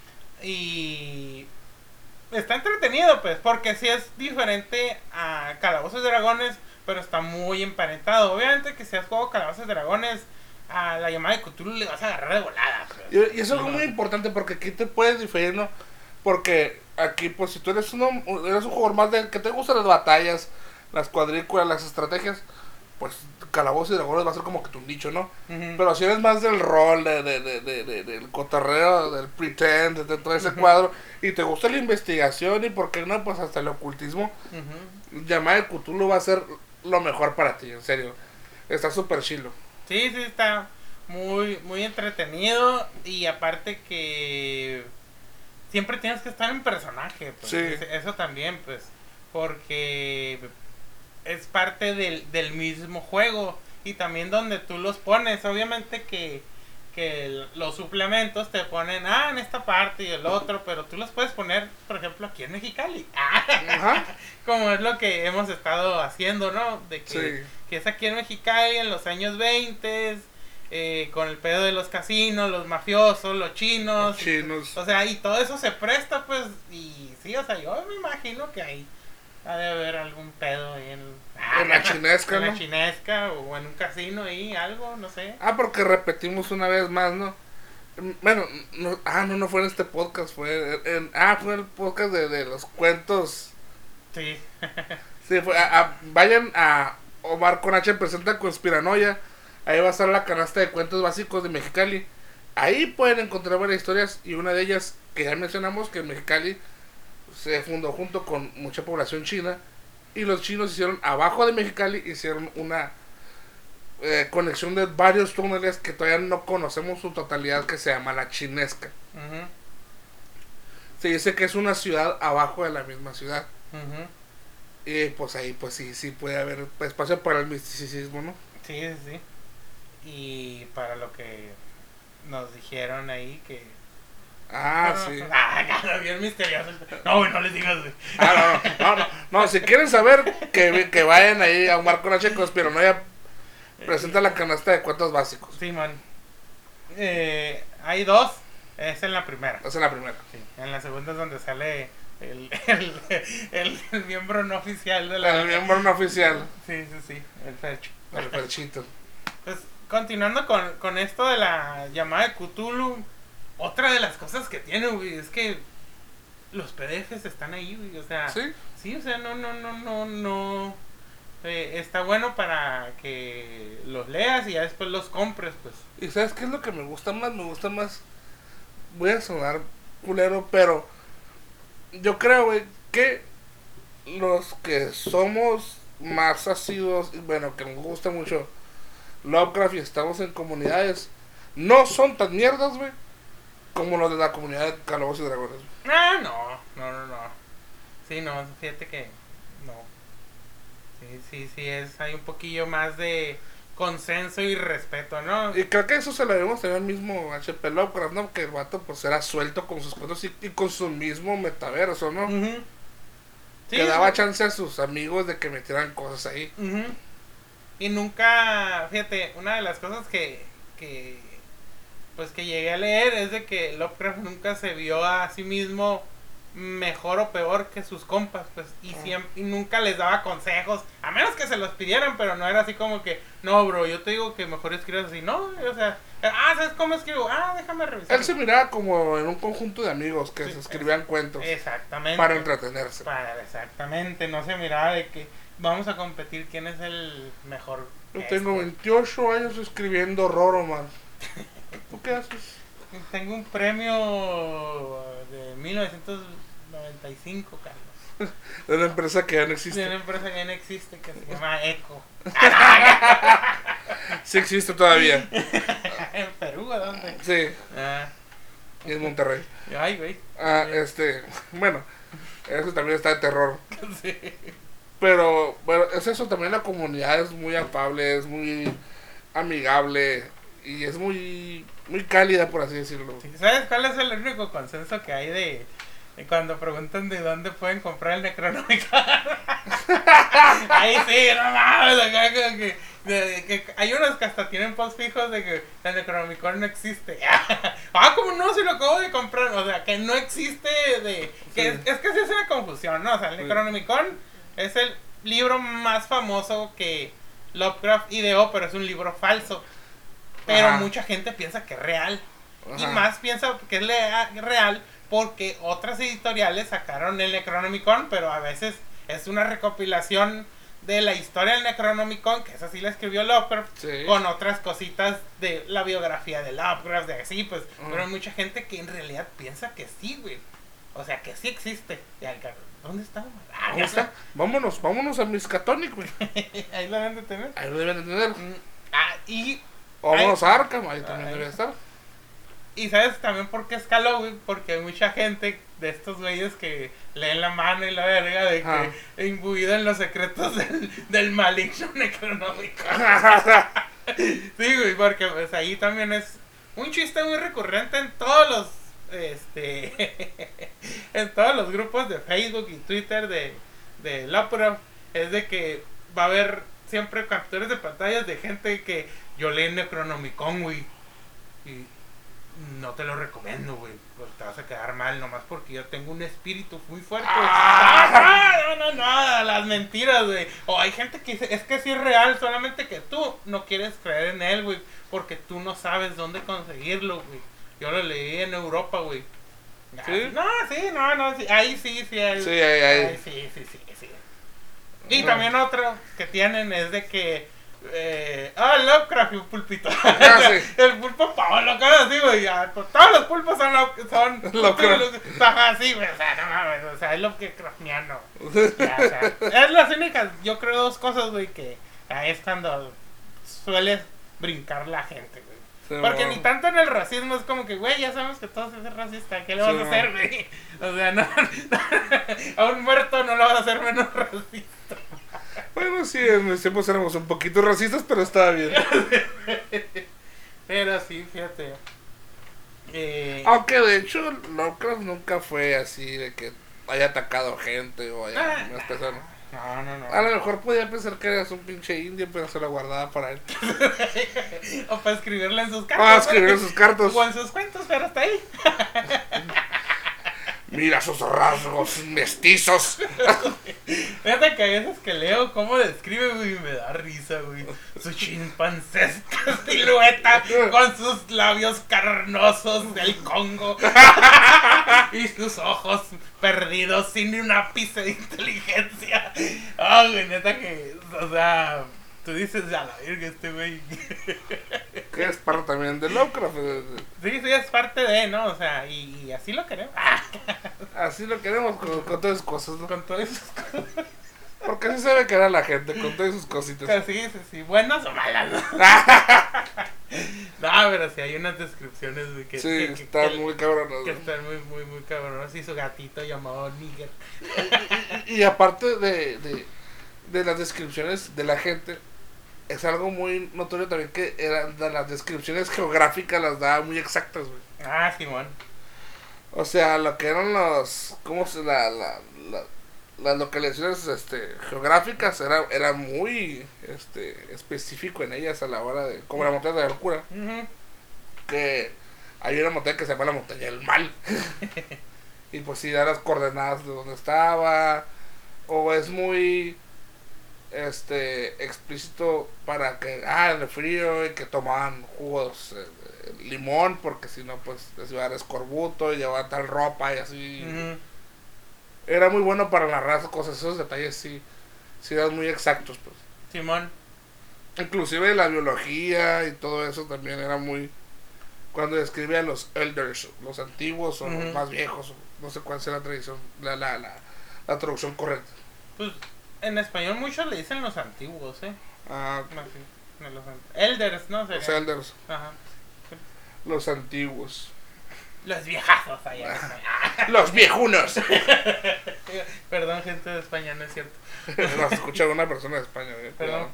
Speaker 2: y está entretenido, pues, porque sí es diferente a Calabozos y Dragones, pero está muy emparentado. Obviamente que si has jugado Calabozos y Dragones, a la llamada de Cthulhu le vas a agarrar de volada, pues.
Speaker 1: Y eso es muy importante porque aquí te puedes diferir, ¿no? Porque aquí, pues, si tú eres un jugador más que te gustan las batallas, las cuadrículas, las estrategias, pues Calabozos y Dragones va a ser como que tu nicho, ¿no? Pero si eres más del rol, del cotorreo, del pretend, de todo ese cuadro, y te gusta la investigación y por qué no, pues hasta el ocultismo, llamada de Cthulhu va a ser lo mejor para ti, en serio. Está súper chilo.
Speaker 2: Sí, está muy, muy entretenido y aparte que siempre tienes que estar en personaje, pues.
Speaker 1: Sí.
Speaker 2: Eso también, pues, porque es parte del mismo juego y también donde tú los pones. Obviamente que los suplementos te ponen en esta parte y el otro, pero tú los puedes poner, por ejemplo, aquí en Mexicali. Como es lo que hemos estado haciendo, ¿no? De que es aquí en Mexicali en los años 20, con el pedo de los casinos, los mafiosos, los chinos.
Speaker 1: Chinos.
Speaker 2: O sea, y todo eso se presta, pues, y sí, o sea, yo me imagino que ahí ha de haber algún pedo ahí
Speaker 1: en la chinesca,
Speaker 2: en
Speaker 1: ¿no?
Speaker 2: la chinesca o en un casino ahí, algo, no sé.
Speaker 1: Porque repetimos una vez más, ¿no? Bueno, no fue en este podcast, fue fue el podcast de los cuentos.
Speaker 2: Sí.
Speaker 1: Sí, vayan a Omar con H presenta Conspiranoia. Ahí va a estar la canasta de cuentos básicos de Mexicali. Ahí pueden encontrar varias historias y una de ellas que ya mencionamos, que Mexicali se fundó junto con mucha población china y los chinos hicieron abajo de Mexicali, hicieron una conexión de varios túneles que todavía no conocemos su totalidad, que se llama la Chinesca.
Speaker 2: Uh-huh.
Speaker 1: Se dice que es una ciudad abajo de la misma ciudad.
Speaker 2: Uh-huh.
Speaker 1: Y pues ahí pues sí puede haber espacio para el misticismo, ¿no?
Speaker 2: Sí. Y para lo que nos dijeron ahí que...
Speaker 1: Sí.
Speaker 2: Bien misterioso. No les digas.
Speaker 1: No, si quieren saber que vayan ahí a Omar con H Conspiranoia. Presenta la canasta de cuentos básicos.
Speaker 2: Sí, man. Hay dos. Es en la primera.
Speaker 1: Es en la primera.
Speaker 2: Sí. En la segunda es donde sale el miembro no oficial de la...
Speaker 1: El miembro no oficial.
Speaker 2: Sí. El Fercho.
Speaker 1: El Ferchito.
Speaker 2: Pues continuando con esto de la llamada de Cthulhu. Otra de las cosas que tiene, güey, es que los PDFs están ahí, güey. O sea...
Speaker 1: Sí,
Speaker 2: o sea, no... está bueno para que los leas y ya después los compres, pues.
Speaker 1: ¿Y sabes qué es lo que me gusta más? Me gusta más... Voy a sonar culero, pero... Yo creo, güey, que los que somos más asiduos, bueno, que nos gusta mucho Lovecraft y estamos en comunidades, no son tan mierdas, güey, como los de la comunidad de Calabozos y Dragones.
Speaker 2: No. Sí, no, fíjate que no. Sí, hay un poquillo más de consenso y respeto, ¿no?
Speaker 1: Y creo que eso se lo debemos tener al mismo H.P. Lovecraft, ¿no? Que el vato pues era suelto con sus cuentos y con su mismo metaverso, ¿no?
Speaker 2: Uh-huh. Sí,
Speaker 1: que daba chance a sus amigos de que metieran cosas ahí.
Speaker 2: Uh-huh. Y nunca, fíjate, una de las cosas que pues que llegué a leer es de que Lovecraft nunca se vio a sí mismo mejor o peor que sus compas, pues, y nunca les daba consejos, a menos que se los pidieran, pero no era así como que, no, bro, yo te digo que mejor escribas así, no, o sea, ¿sabes cómo escribo? Déjame revisar.
Speaker 1: Él se miraba como en un conjunto de amigos que se escribían cuentos.
Speaker 2: Exactamente.
Speaker 1: Para entretenerse.
Speaker 2: Exactamente, no se miraba de que vamos a competir quién es el mejor.
Speaker 1: Yo tengo 28 años escribiendo horror, man. ¿Tú qué haces?
Speaker 2: Tengo un premio de 1995, Carlos.
Speaker 1: De una empresa que ya no existe.
Speaker 2: De una empresa que ya no existe, que se llama Eco.
Speaker 1: Sí existe todavía.
Speaker 2: ¿En Perú o dónde?
Speaker 1: Sí. Y en Monterrey.
Speaker 2: Ay, güey.
Speaker 1: Bueno, eso también está de terror.
Speaker 2: Sí.
Speaker 1: Pero, bueno, es eso también, la comunidad es muy afable, es muy amigable y es muy cálida, por así decirlo.
Speaker 2: ¿Sabes cuál es el único consenso que hay de cuando preguntan de dónde pueden comprar el Necronomicon? Ahí sí, no mames, acá que hay unos que hasta tienen post fijos de que el Necronomicon no existe. ¿Cómo no? Si lo acabo de comprar. O sea, que no existe que es que sí es una confusión, ¿no? O sea, el Necronomicon es el libro más famoso que Lovecraft ideó, pero es un libro falso. Pero mucha gente piensa que es real. Ajá. Y más piensa que es real porque otras editoriales sacaron el Necronomicon, pero a veces es una recopilación de la historia del Necronomicon, que esa sí la escribió Lovecraft, sí, con otras cositas de la biografía de Lovecraft, de así, pues. Pero hay mucha gente que en realidad piensa que sí, güey. O sea, que sí existe. ¿Dónde está?
Speaker 1: ¿Dónde está? Vámonos a Miskatonic, güey.
Speaker 2: Ahí lo deben de tener.
Speaker 1: Ahí lo deben de tener.
Speaker 2: Y...
Speaker 1: O vámonos a Arkham, ahí también debe estar.
Speaker 2: Y ¿sabes también por qué escaló, güey? Porque hay mucha gente de estos güeyes que leen la mano y la verga de que imbuido en los secretos del maligno Necronomicon. Sí, güey, porque pues ahí también es un chiste muy recurrente en todos los en todos los grupos de Facebook y Twitter de Lovecraft. Es de que va a haber siempre capturas de pantallas de gente que yo leí Necronomicon, güey, y no te lo recomiendo, güey, pues te vas a quedar mal nomás porque yo tengo un espíritu muy fuerte. No, las mentiras, güey. O hay gente que dice, es que sí es real, solamente que tú no quieres creer en él, güey, porque tú no sabes dónde conseguirlo, güey. Yo lo leí en Europa, güey.
Speaker 1: ¿Sí?
Speaker 2: No, sí, ahí sí.
Speaker 1: Sí, ahí.
Speaker 2: Sí. Y también otro que tienen es de que Lovecraft y un pulpito.
Speaker 1: Sí.
Speaker 2: El pulpo Paolo, cosas así, güey. Todos los pulpos son
Speaker 1: Lovecraft.
Speaker 2: Ajá, sí, güey. O sea, no mames, o sea, es Lovecraftiano. Ya, o sea, es las únicas, yo creo, dos cosas, güey, que ahí es cuando suele brincar la gente, güey.
Speaker 1: Sí,
Speaker 2: Porque
Speaker 1: no.
Speaker 2: ni tanto en el racismo es como que, güey, ya sabemos que todos es racista, ¿qué le vas
Speaker 1: Sí,
Speaker 2: a hacer, güey? O sea, no, a un muerto no lo vas a hacer menos racista.
Speaker 1: Bueno, sí, en mis tiempos éramos un poquito racistas, pero estaba bien.
Speaker 2: Pero sí, fíjate.
Speaker 1: Aunque de hecho, Lovecraft nunca fue así de que haya atacado gente o haya más personas.
Speaker 2: No.
Speaker 1: A lo mejor podía pensar que eras un pinche indio, pero se lo guardaba para él.
Speaker 2: O para escribirle en sus cartas.
Speaker 1: Escribir en sus cartas.
Speaker 2: O en sus cuentos, pero hasta ahí.
Speaker 1: Mira sus rasgos mestizos.
Speaker 2: Fíjate que a veces que leo cómo describe, güey, me da risa, güey. Su chimpancesca silueta con sus labios carnosos del Congo y sus ojos perdidos sin ni un ápice de inteligencia. Güey, neta que, o sea, tú dices, a la verga este güey.
Speaker 1: Que es parte también de Lovecraft.
Speaker 2: Sí, es parte de, ¿no? O sea, y así lo queremos.
Speaker 1: Así lo queremos con todas sus cosas, ¿no?
Speaker 2: Con todas esas cosas.
Speaker 1: Porque así se ve que era la gente, con todas sus cositas.
Speaker 2: Sí, buenas o malas. No, pero sí hay unas descripciones de que...
Speaker 1: Sí, están muy cabronas.
Speaker 2: Que están muy cabronas. Y su gatito llamado Nigger.
Speaker 1: Y aparte de las descripciones de la gente, es algo muy notorio también que eran de las descripciones geográficas las daba muy exactas, güey.
Speaker 2: Simón.
Speaker 1: O sea, lo que eran los, ¿cómo se las localizaciones geográficas era muy específico en ellas a la hora de, como la montaña de la locura, que hay una montaña que se llama la montaña del mal. Y pues sí da las coordenadas de donde estaba, o es muy explícito para que en el frío y que tomaban jugos limón porque si no pues les iba a dar escorbuto y llevaban tal ropa y así. Era muy bueno para narrar esas cosas, esos detalles sí eran muy exactos, pues.
Speaker 2: Simón.
Speaker 1: Inclusive la biología y todo eso también era muy, cuando describía a los elders, los antiguos o los más viejos, no sé cuál sea la tradición, la traducción correcta.
Speaker 2: Pues en español muchos le dicen los antiguos,
Speaker 1: Okay.
Speaker 2: No, los elders, ¿no?
Speaker 1: Los elders.
Speaker 2: Ajá.
Speaker 1: Los antiguos.
Speaker 2: Los viejazos allá.
Speaker 1: Los viejunos.
Speaker 2: Perdón, gente de España, no es cierto.
Speaker 1: Nos escucha una persona de España.
Speaker 2: Perdón.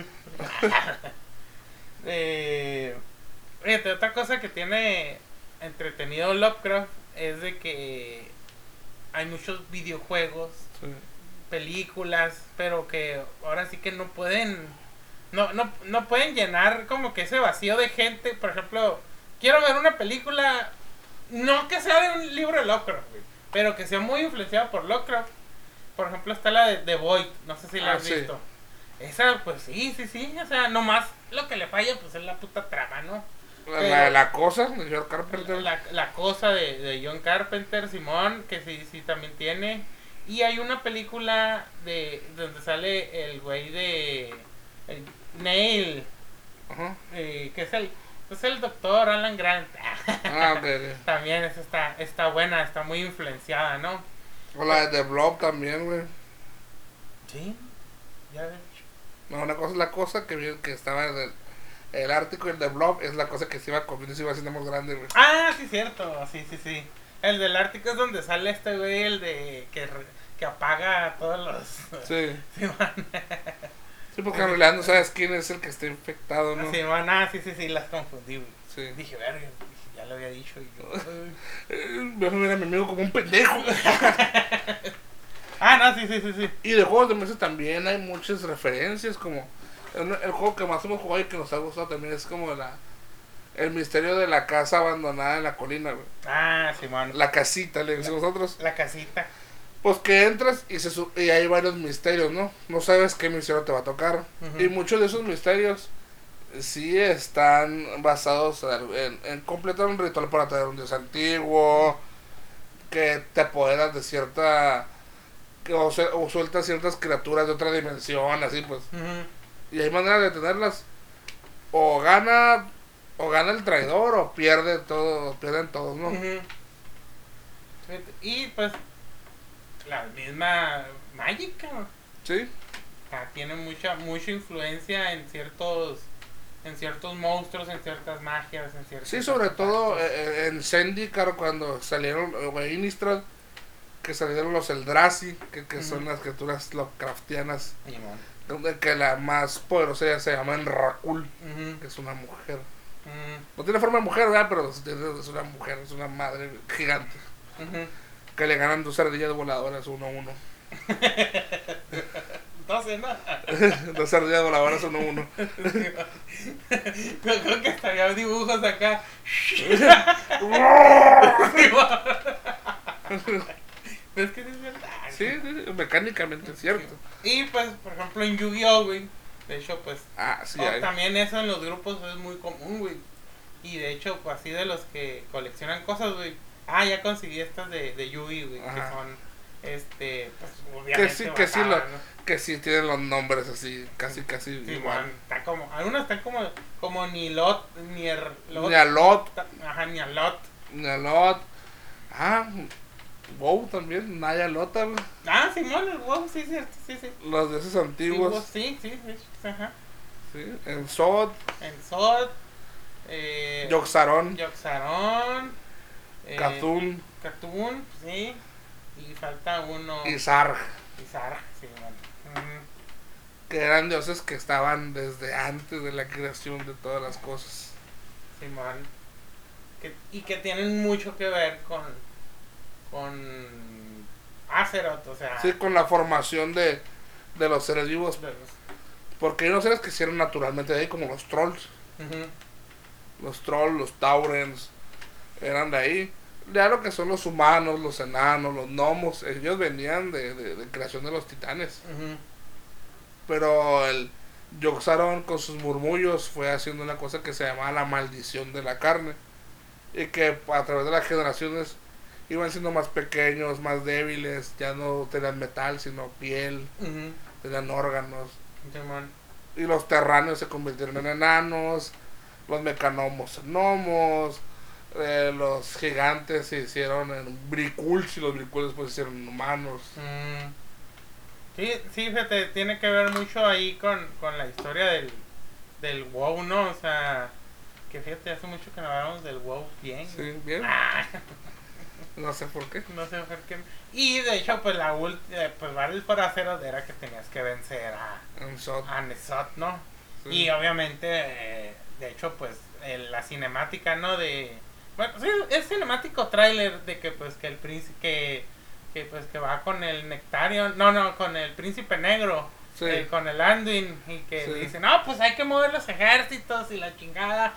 Speaker 2: Fíjate, otra cosa que tiene entretenido Lovecraft es de que hay muchos videojuegos, películas, pero que ahora sí que no pueden llenar como que ese vacío de gente. Por ejemplo, quiero ver una película, no que sea de un libro de Lovecraft, güey, pero que sea muy influenciada por Lovecraft. Por ejemplo, está la de The Void, no sé si la has visto. Esa, pues sí, o sea, nomás lo que le falla pues es la puta trama, ¿no?
Speaker 1: La cosa de John Carpenter.
Speaker 2: La cosa de John Carpenter, Simón, que sí también tiene. Y hay una película donde sale el güey de Neil, que es el doctor Alan Grant.
Speaker 1: Okay.
Speaker 2: También esa está buena, está muy influenciada, ¿no?
Speaker 1: O la de The Blob también, güey.
Speaker 2: Sí, ya ves.
Speaker 1: No, una cosa es la cosa que estaba en el Ártico, y el The Blob es la cosa que se iba comiendo y se iba haciendo más grande, güey.
Speaker 2: Sí, cierto, sí. El del Ártico es donde sale este güey, el de que apaga a todos los...
Speaker 1: Sí.
Speaker 2: Sí, man.
Speaker 1: Sí, porque en realidad no sabes quién es el que está infectado, ¿no?
Speaker 2: Sí, man, sí, las confundí, güey.
Speaker 1: Sí.
Speaker 2: Dije, verga, ya lo había dicho y yo...
Speaker 1: Voy a ver a mi amigo como un pendejo.
Speaker 2: No, sí.
Speaker 1: Y de juegos de mesa también hay muchas referencias, como El juego que más hemos jugado y que nos ha gustado también es como el misterio de la casa abandonada en la colina, güey.
Speaker 2: Ah, Simón.
Speaker 1: La casita, le decimos nosotros.
Speaker 2: La casita.
Speaker 1: Pues que entras y hay varios misterios, ¿no? No sabes qué misterio te va a tocar. Y muchos de esos misterios sí están basados en completar un ritual para traer un dios antiguo, que te apoderas de cierta... o sueltas ciertas criaturas de otra dimensión, así pues. Y hay maneras de tenerlas. O gana el traidor o pierden todos, ¿no?
Speaker 2: Y pues la misma mágica,
Speaker 1: Sí.
Speaker 2: Tiene mucha influencia en ciertos monstruos, en ciertas magias, en ciertos...
Speaker 1: Sí, sobre todo en Zendikar, cuando salieron, o en Innistrad, que salieron los Eldrazi, que son las criaturas Lovecraftianas, donde que la más poderosa ya se llama Enrakul, que es una mujer. No tiene forma de mujer, ¿verdad? Pero es una mujer, es una madre gigante. Que le ganan 2 ardillas voladoras 1-1.
Speaker 2: 12, ¿no?
Speaker 1: 2 ardillas voladoras 1-1.
Speaker 2: Yo creo que estaría dibujos acá. Es que es verdad.
Speaker 1: Sí, mecánicamente es cierto.
Speaker 2: Y pues, por ejemplo, en Yu-Gi-Oh, güey. De hecho, pues.
Speaker 1: Sí,
Speaker 2: también eso en los grupos es muy común, güey. Y de hecho, pues así de los que coleccionan cosas, güey. Ya conseguí estas de Yu-Gi, güey. Que son, pues, obviamente.
Speaker 1: Que sí tienen los nombres así, casi
Speaker 2: sí,
Speaker 1: igual.
Speaker 2: Está como, algunos están como Nilot,
Speaker 1: Nialot.
Speaker 2: Ajá, Nialot.
Speaker 1: WoW también, Nayalota, güey.
Speaker 2: Simón, el WoW, sí, cierto, sí.
Speaker 1: Los dioses antiguos.
Speaker 2: Sí, ajá.
Speaker 1: Sí, en Sod. Yoxaron. Cthulhu.
Speaker 2: Sí. Y falta uno.
Speaker 1: Izarg,
Speaker 2: sí, bueno.
Speaker 1: que eran dioses que estaban desde antes de la creación de todas las cosas.
Speaker 2: Simón. Y que tienen mucho que ver con Azeroth, o sea.
Speaker 1: Sí, con la formación de los seres vivos. Porque hay unos seres que hicieron naturalmente de ahí, como los trolls. Los trolls, los taurens, eran de ahí. Ya lo que son los humanos, los enanos, los gnomos, ellos venían de creación de los titanes. Pero el Yoxaron con sus murmullos fue haciendo una cosa que se llamaba la maldición de la carne. Y que a través de las generaciones iban siendo más pequeños, más débiles, ya no tenían metal, sino piel, tenían órganos. Y los terráneos se convirtieron en enanos, los mecanomos en gnomos, los gigantes se hicieron en briculs y los briculs después se hicieron en humanos.
Speaker 2: Sí, fíjate, tiene que ver mucho ahí con la historia del WoW, ¿no? O sea, que fíjate, hace mucho que no hablamos del WoW bien.
Speaker 1: Sí, bien. No sé por qué.
Speaker 2: Y de hecho, pues pues Battle for Azeroth era que tenías que vencer a Nesot, ¿no? Sí. Y obviamente, de hecho, pues la cinemática, ¿no? Bueno, sí, es cinemático tráiler de que pues que el príncipe que va con el Nectarion, con el príncipe negro, sí. Con el Anduin, y que dicen, pues hay que mover los ejércitos y la chingada.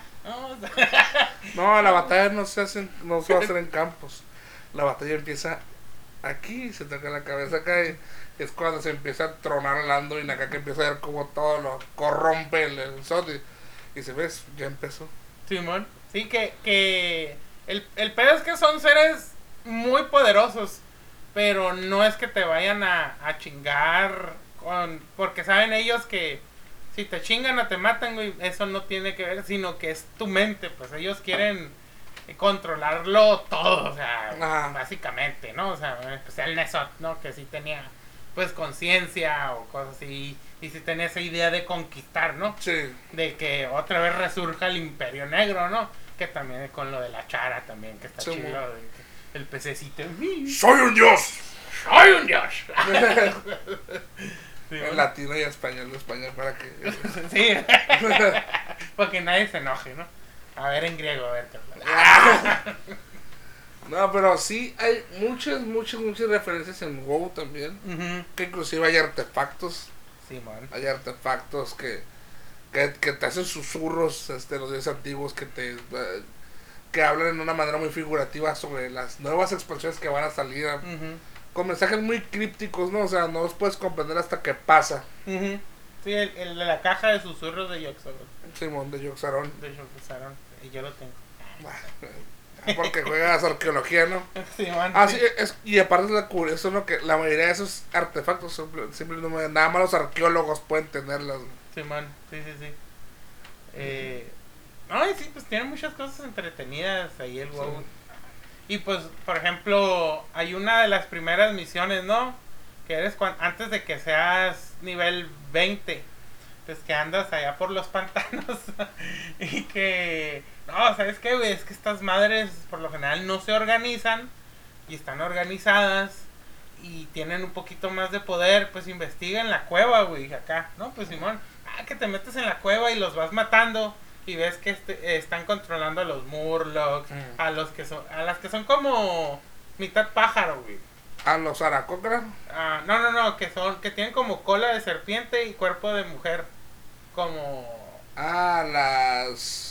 Speaker 1: La batalla no se va a hacer en campos. La batalla empieza aquí, se toca la cabeza acá y es cuando se empieza a tronar el Anduin acá, que empieza a ver como todo lo corrompe el Sot y se ves, ya empezó.
Speaker 2: Simón, sí, que el pedo es que son seres muy poderosos, pero no es que te vayan a chingar porque saben ellos que si te chingan o te matan, güey, eso no tiene que ver, sino que es tu mente, pues ellos quieren controlarlo todo, o sea, básicamente, ¿no? O sea, en especial Nesot, ¿no? Que sí tenía, pues, conciencia o cosas así, y sí tenía esa idea de conquistar, ¿no?
Speaker 1: Sí.
Speaker 2: De que otra vez resurja el Imperio Negro, ¿no? Que también es con lo de la chara también, que está chido, el pececito.
Speaker 1: ¡Soy un dios!
Speaker 2: ¡Soy un dios!
Speaker 1: Sí, en latino y español para que...
Speaker 2: Sí, porque nadie se enoje, ¿no? A ver en griego, a ver.
Speaker 1: No, pero sí hay muchas referencias en WoW también. Que inclusive hay artefactos.
Speaker 2: Sí, man.
Speaker 1: Hay artefactos que te hacen susurros, los dioses antiguos que hablan en una manera muy figurativa sobre las nuevas expansiones que van a salir, con mensajes muy crípticos, ¿no? O sea, no los puedes comprender hasta que pasa.
Speaker 2: Sí, el de la caja de susurros de Yogg-Saron.
Speaker 1: Simón, de Yogg-Saron.
Speaker 2: Y yo lo tengo.
Speaker 1: Porque juegas arqueología, ¿no?
Speaker 2: Sí, man,
Speaker 1: sí. Y aparte es la curioso, ¿no? Que la mayoría de esos artefactos simplemente nada más los arqueólogos pueden tenerlos.
Speaker 2: Sí, man, sí. No, y sí, pues tiene muchas cosas entretenidas ahí el WoW. Sí. Y pues, por ejemplo, hay una de las primeras misiones, ¿no? Que eres antes de que seas nivel 20, pues que andas allá por los pantanos y que... No, ¿sabes qué, güey? Es que estas madres por lo general no se organizan y están organizadas y tienen un poquito más de poder, pues investiga en la cueva, güey, acá, ¿no? Pues Simón, que te metes en la cueva y los vas matando y ves que están controlando a los Murlocs, a las que son como mitad pájaro, güey.
Speaker 1: ¿A los Aracocra?
Speaker 2: No, que tienen como cola de serpiente y cuerpo de mujer, como...
Speaker 1: las...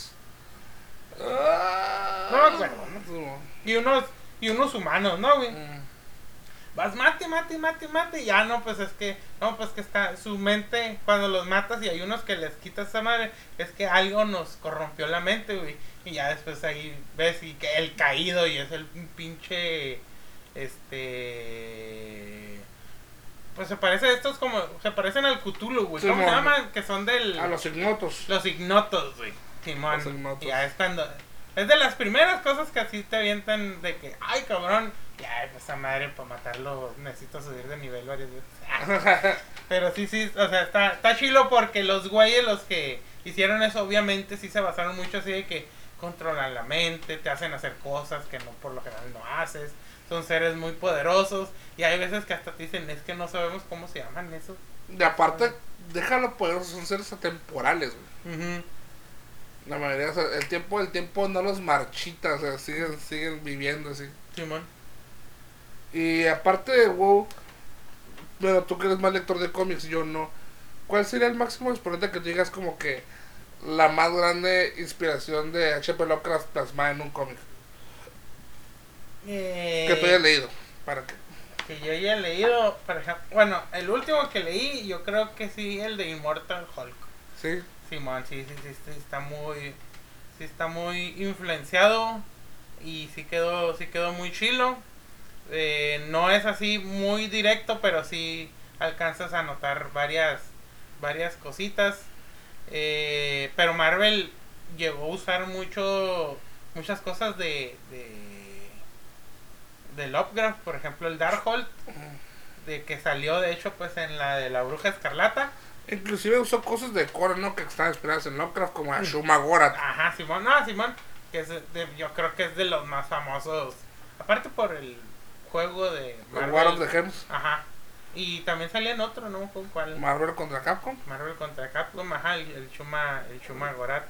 Speaker 2: No me acuerdo, ¿no? Y unos humanos, ¿no, güey? Vas mate, y ya no, pues es que está su mente cuando los matas y hay unos que les quitas esa madre, es que algo nos corrompió la mente, güey. Y ya después ahí ves y que el caído y es el pinche pues se parecen al Cthulhu, güey. ¿Cómo se llaman? Que son
Speaker 1: a los ignotos.
Speaker 2: Los ignotos, güey. Simón, ya es cuando... Es de las primeras cosas que así te avientan de que, ay, cabrón, ya, pues esa madre, para matarlo necesito subir de nivel varias veces. Pero sí, o sea, está chilo porque los güeyes, los que hicieron eso, obviamente sí se basaron mucho así de que controlan la mente, te hacen hacer cosas que no por lo general no haces. Son seres muy poderosos y hay veces que hasta te dicen, es que no sabemos cómo se llaman eso.
Speaker 1: Y aparte, déjalo poderosos, son seres atemporales, güey. La mayoría, o sea, el tiempo no los marchita, o sea, siguen viviendo así.
Speaker 2: Simón.
Speaker 1: Y aparte de WoW, bueno, tú que eres más lector de cómics, yo no. ¿Cuál sería el máximo exponente que tú digas como que la más grande inspiración de H.P. Lovecraft plasmada en un cómic? Que tú hayas leído, ¿para qué?
Speaker 2: Que yo haya leído, por ejemplo, bueno, el último que leí, yo creo que sí, el de Immortal Hulk.
Speaker 1: Sí.
Speaker 2: Simón, sí, está muy influenciado y sí quedó muy chilo. No es así muy directo, pero sí alcanzas a notar varias cositas. Pero Marvel llegó a usar muchas cosas de Lovecraft, por ejemplo el Darkhold, de que salió de hecho pues en la de la Bruja Escarlata.
Speaker 1: Inclusive usó cosas de Conan, ¿no? Que estaban inspiradas en Lovecraft, como a Shumagorath.
Speaker 2: Ajá, Simón, que yo creo que es de los más famosos, aparte por el juego de
Speaker 1: Marvel, War of the Gems.
Speaker 2: Ajá. Y también salía en otro, ¿no? ¿Cuál?
Speaker 1: Marvel contra Capcom.
Speaker 2: Ajá, el Shumagorath.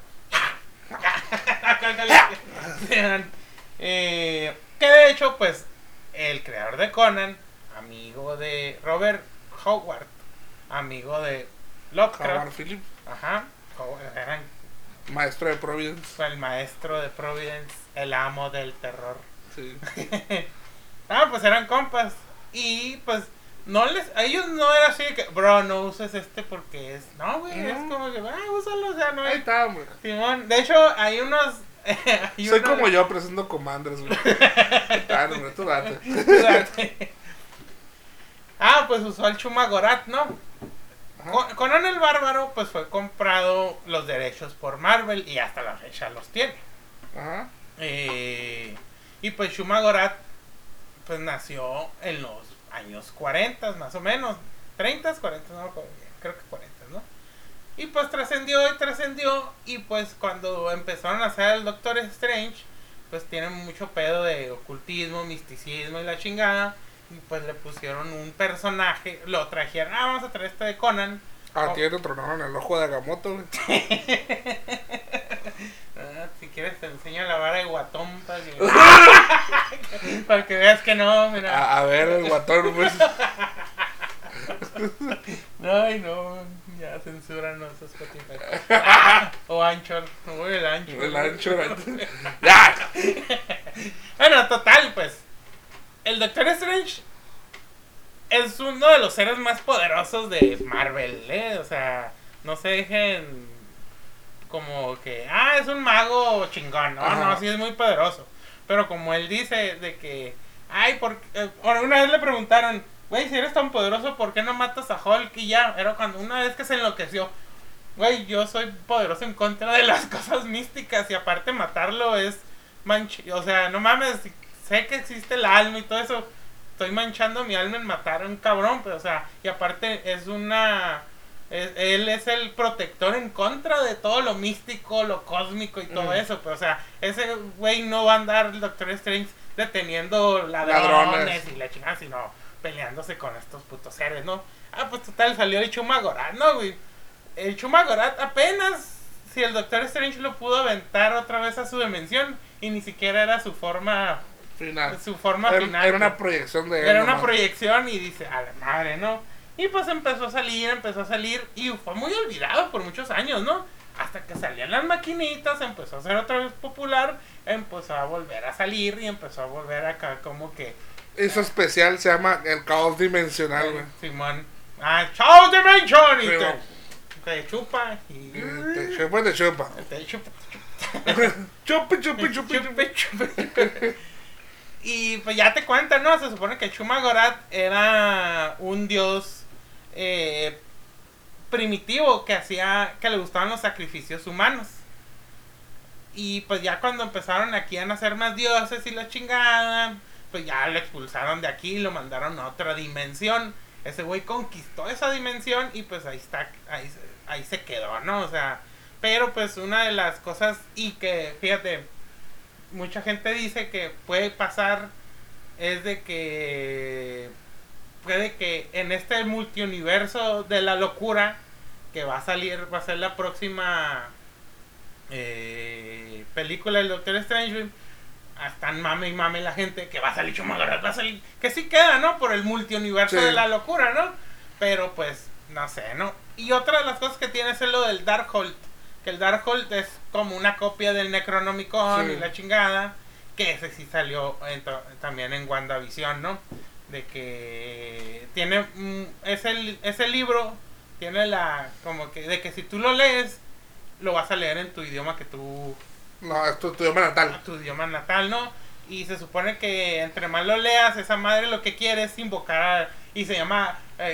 Speaker 2: Que de hecho, pues, el creador de Conan, amigo de Robert Howard, amigo de Lovecraft.
Speaker 1: Howard Phillips.
Speaker 2: Ajá. Eran
Speaker 1: maestro de Providence.
Speaker 2: Fue el maestro de Providence, el amo del terror.
Speaker 1: Sí.
Speaker 2: Pues eran compas. Y pues a ellos no era así de que, bro, no uses porque es. No, güey, es como que, úsalo, o sea, no hay.
Speaker 1: Ahí está, güey.
Speaker 2: Simón, de hecho, hay unos.
Speaker 1: Soy como yo, presento Commanders, güey. No, tú date.
Speaker 2: Pues usó el Shumagorath, ¿no? Conan el Bárbaro, pues fue comprado los derechos por Marvel y hasta la fecha los tiene.
Speaker 1: Ajá.
Speaker 2: Y pues Shumagorath, pues nació en los años 40, más o menos. 30, 40, no, creo que 40, ¿no? Y pues trascendió, y pues cuando empezaron a hacer el Doctor Strange, pues tienen mucho pedo de ocultismo, misticismo y la chingada. Y pues le pusieron un personaje, lo trajeron, vamos a traer de Conan.
Speaker 1: Tiene otro nombre, el ojo de Agamotto, güey.
Speaker 2: Si quieres te enseño la vara de guatón para que veas que no, mira.
Speaker 1: A ver, el guatón, pues.
Speaker 2: Ay, no, ya Censúranos Spotify. O Anchor. Uy, el Anchor.
Speaker 1: El Anchor. ¡Ya!
Speaker 2: Bueno, total, pues. El Doctor Strange es uno de los seres más poderosos de Marvel, O sea, no se dejen como que, es un mago chingón, no, sí es muy poderoso. Pero como él dice de que, una vez le preguntaron, güey, si eres tan poderoso, ¿por qué no matas a Hulk? Y ya, era cuando una vez que se enloqueció, güey, yo soy poderoso en contra de las cosas místicas y aparte matarlo es o sea, no mames, sé que existe el alma y todo eso, estoy manchando mi alma en matar a un cabrón, pero o sea, y aparte él es el protector en contra de todo lo místico, lo cósmico y todo eso, pero o sea, ese güey no va a andar el Doctor Strange deteniendo ladrones y la chingada, sino peleándose con estos putos seres, ¿no? Pues total, salió el Chuma Gorath, ¿no, güey? El Chuma Gorath apenas, si el Doctor Strange lo pudo aventar otra vez a su dimensión, y ni siquiera era su forma final. Su forma final.
Speaker 1: Era una proyección de él.
Speaker 2: Era una proyección y dice, a la madre, ¿no? Y pues empezó a salir y fue muy olvidado por muchos años, ¿no? Hasta que salían las maquinitas, empezó a ser otra vez popular, empezó a volver a salir y empezó a volver acá como que...
Speaker 1: Eso especial se llama el caos dimensional, güey.
Speaker 2: Simón. ¡Chao Dimension! Y te chupa y...
Speaker 1: Te chupa.
Speaker 2: Te chupa.
Speaker 1: Chupe.
Speaker 2: Y pues ya te cuentan, ¿no? Se supone que Chuma Gorath era un dios primitivo que le gustaban los sacrificios humanos. Y pues ya cuando empezaron aquí a nacer más dioses y la chingada, pues ya lo expulsaron de aquí y lo mandaron a otra dimensión. Ese güey conquistó esa dimensión y pues ahí se quedó, ¿no? O sea, pero pues una de las cosas y que, fíjate, mucha gente dice que puede pasar es de que puede que en este multiuniverso de la locura que va a ser la próxima película del Doctor Strange, están mame y mame la gente que va a salir Chuma Gorath, va a salir, que sí queda, ¿no? Por el multiuniverso de la locura, ¿no? Pero pues, no sé, ¿no? Y otra de las cosas que tiene es lo del Darkhold, que el Darkhold es como una copia del Necronomicon y la chingada, que ese sí salió también en WandaVision, ¿no? De que tiene ese libro tiene como que de que si tú lo lees lo vas a leer en tu idioma que tú...
Speaker 1: No, es tu idioma natal.
Speaker 2: Tu idioma natal, ¿no? Y se supone que entre más lo leas, esa madre lo que quiere es invocar y se llama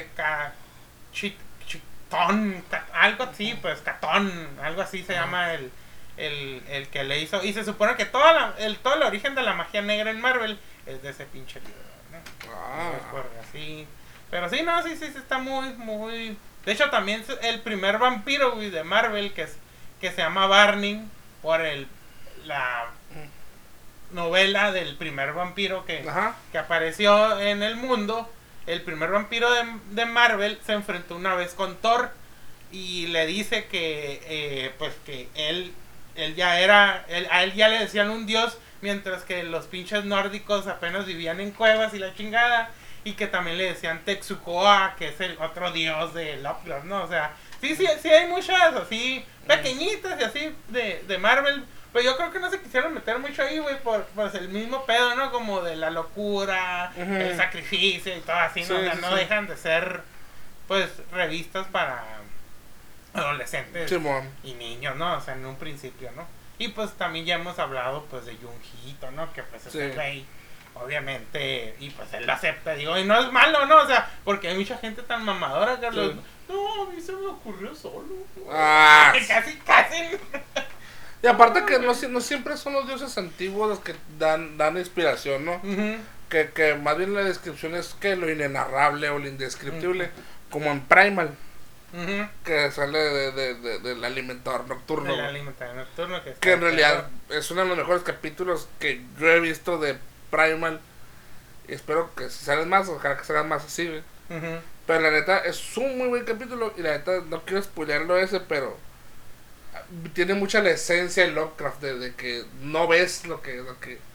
Speaker 2: algo así, pues Catón, algo así se llama el que le hizo. Y se supone que todo el origen de la magia negra en Marvel es de ese pinche libro, ¿no? Así. Pero sí, no, sí, está muy, muy... De hecho, también el primer vampiro, güey, de Marvel, que se llama Barney, por la novela del primer vampiro que apareció en el mundo. El primer vampiro de Marvel se enfrentó una vez con Thor y le dice que pues que él ya era, a él ya le decían un dios, mientras que los pinches nórdicos apenas vivían en cuevas y la chingada, y que también le decían Texukoa, que es el otro dios de Lovecraft, ¿no? O sea, sí hay muchas así pequeñitas y así de Marvel. Pero yo creo que no se quisieron meter mucho ahí, güey, por el mismo pedo, ¿no? Como de la locura, el sacrificio y todo así, ¿no? Sí, no dejan de ser, pues, revistas para adolescentes y niños, ¿no? O sea, en un principio, ¿no? Y pues también ya hemos hablado, pues, de Junjito, ¿no? Que pues es el rey, obviamente, y pues él lo acepta, digo, y no es malo, ¿no? O sea, porque hay mucha gente tan mamadora, Carlos. Sí. No, a mí se me ocurrió solo. Casi.
Speaker 1: Y aparte que no siempre son los dioses antiguos los que dan inspiración, ¿no? Que más bien la descripción es que lo inenarrable o lo indescriptible, como en Primal, que sale del alimentador nocturno.
Speaker 2: Del alimentador nocturno.
Speaker 1: Que en realidad es uno de los mejores capítulos que yo he visto de Primal. Y espero que si salen más, ojalá que salgan más así, güey. Pero la neta es un muy buen capítulo y la neta no quiero spoilearlo ese, pero... tiene mucha la esencia de Lovecraft de que no ves lo que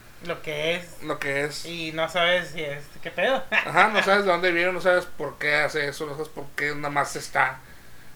Speaker 1: es
Speaker 2: y no sabes si es qué pedo.
Speaker 1: No sabes de dónde viene, no sabes por qué hace eso, no sabes por qué nada más está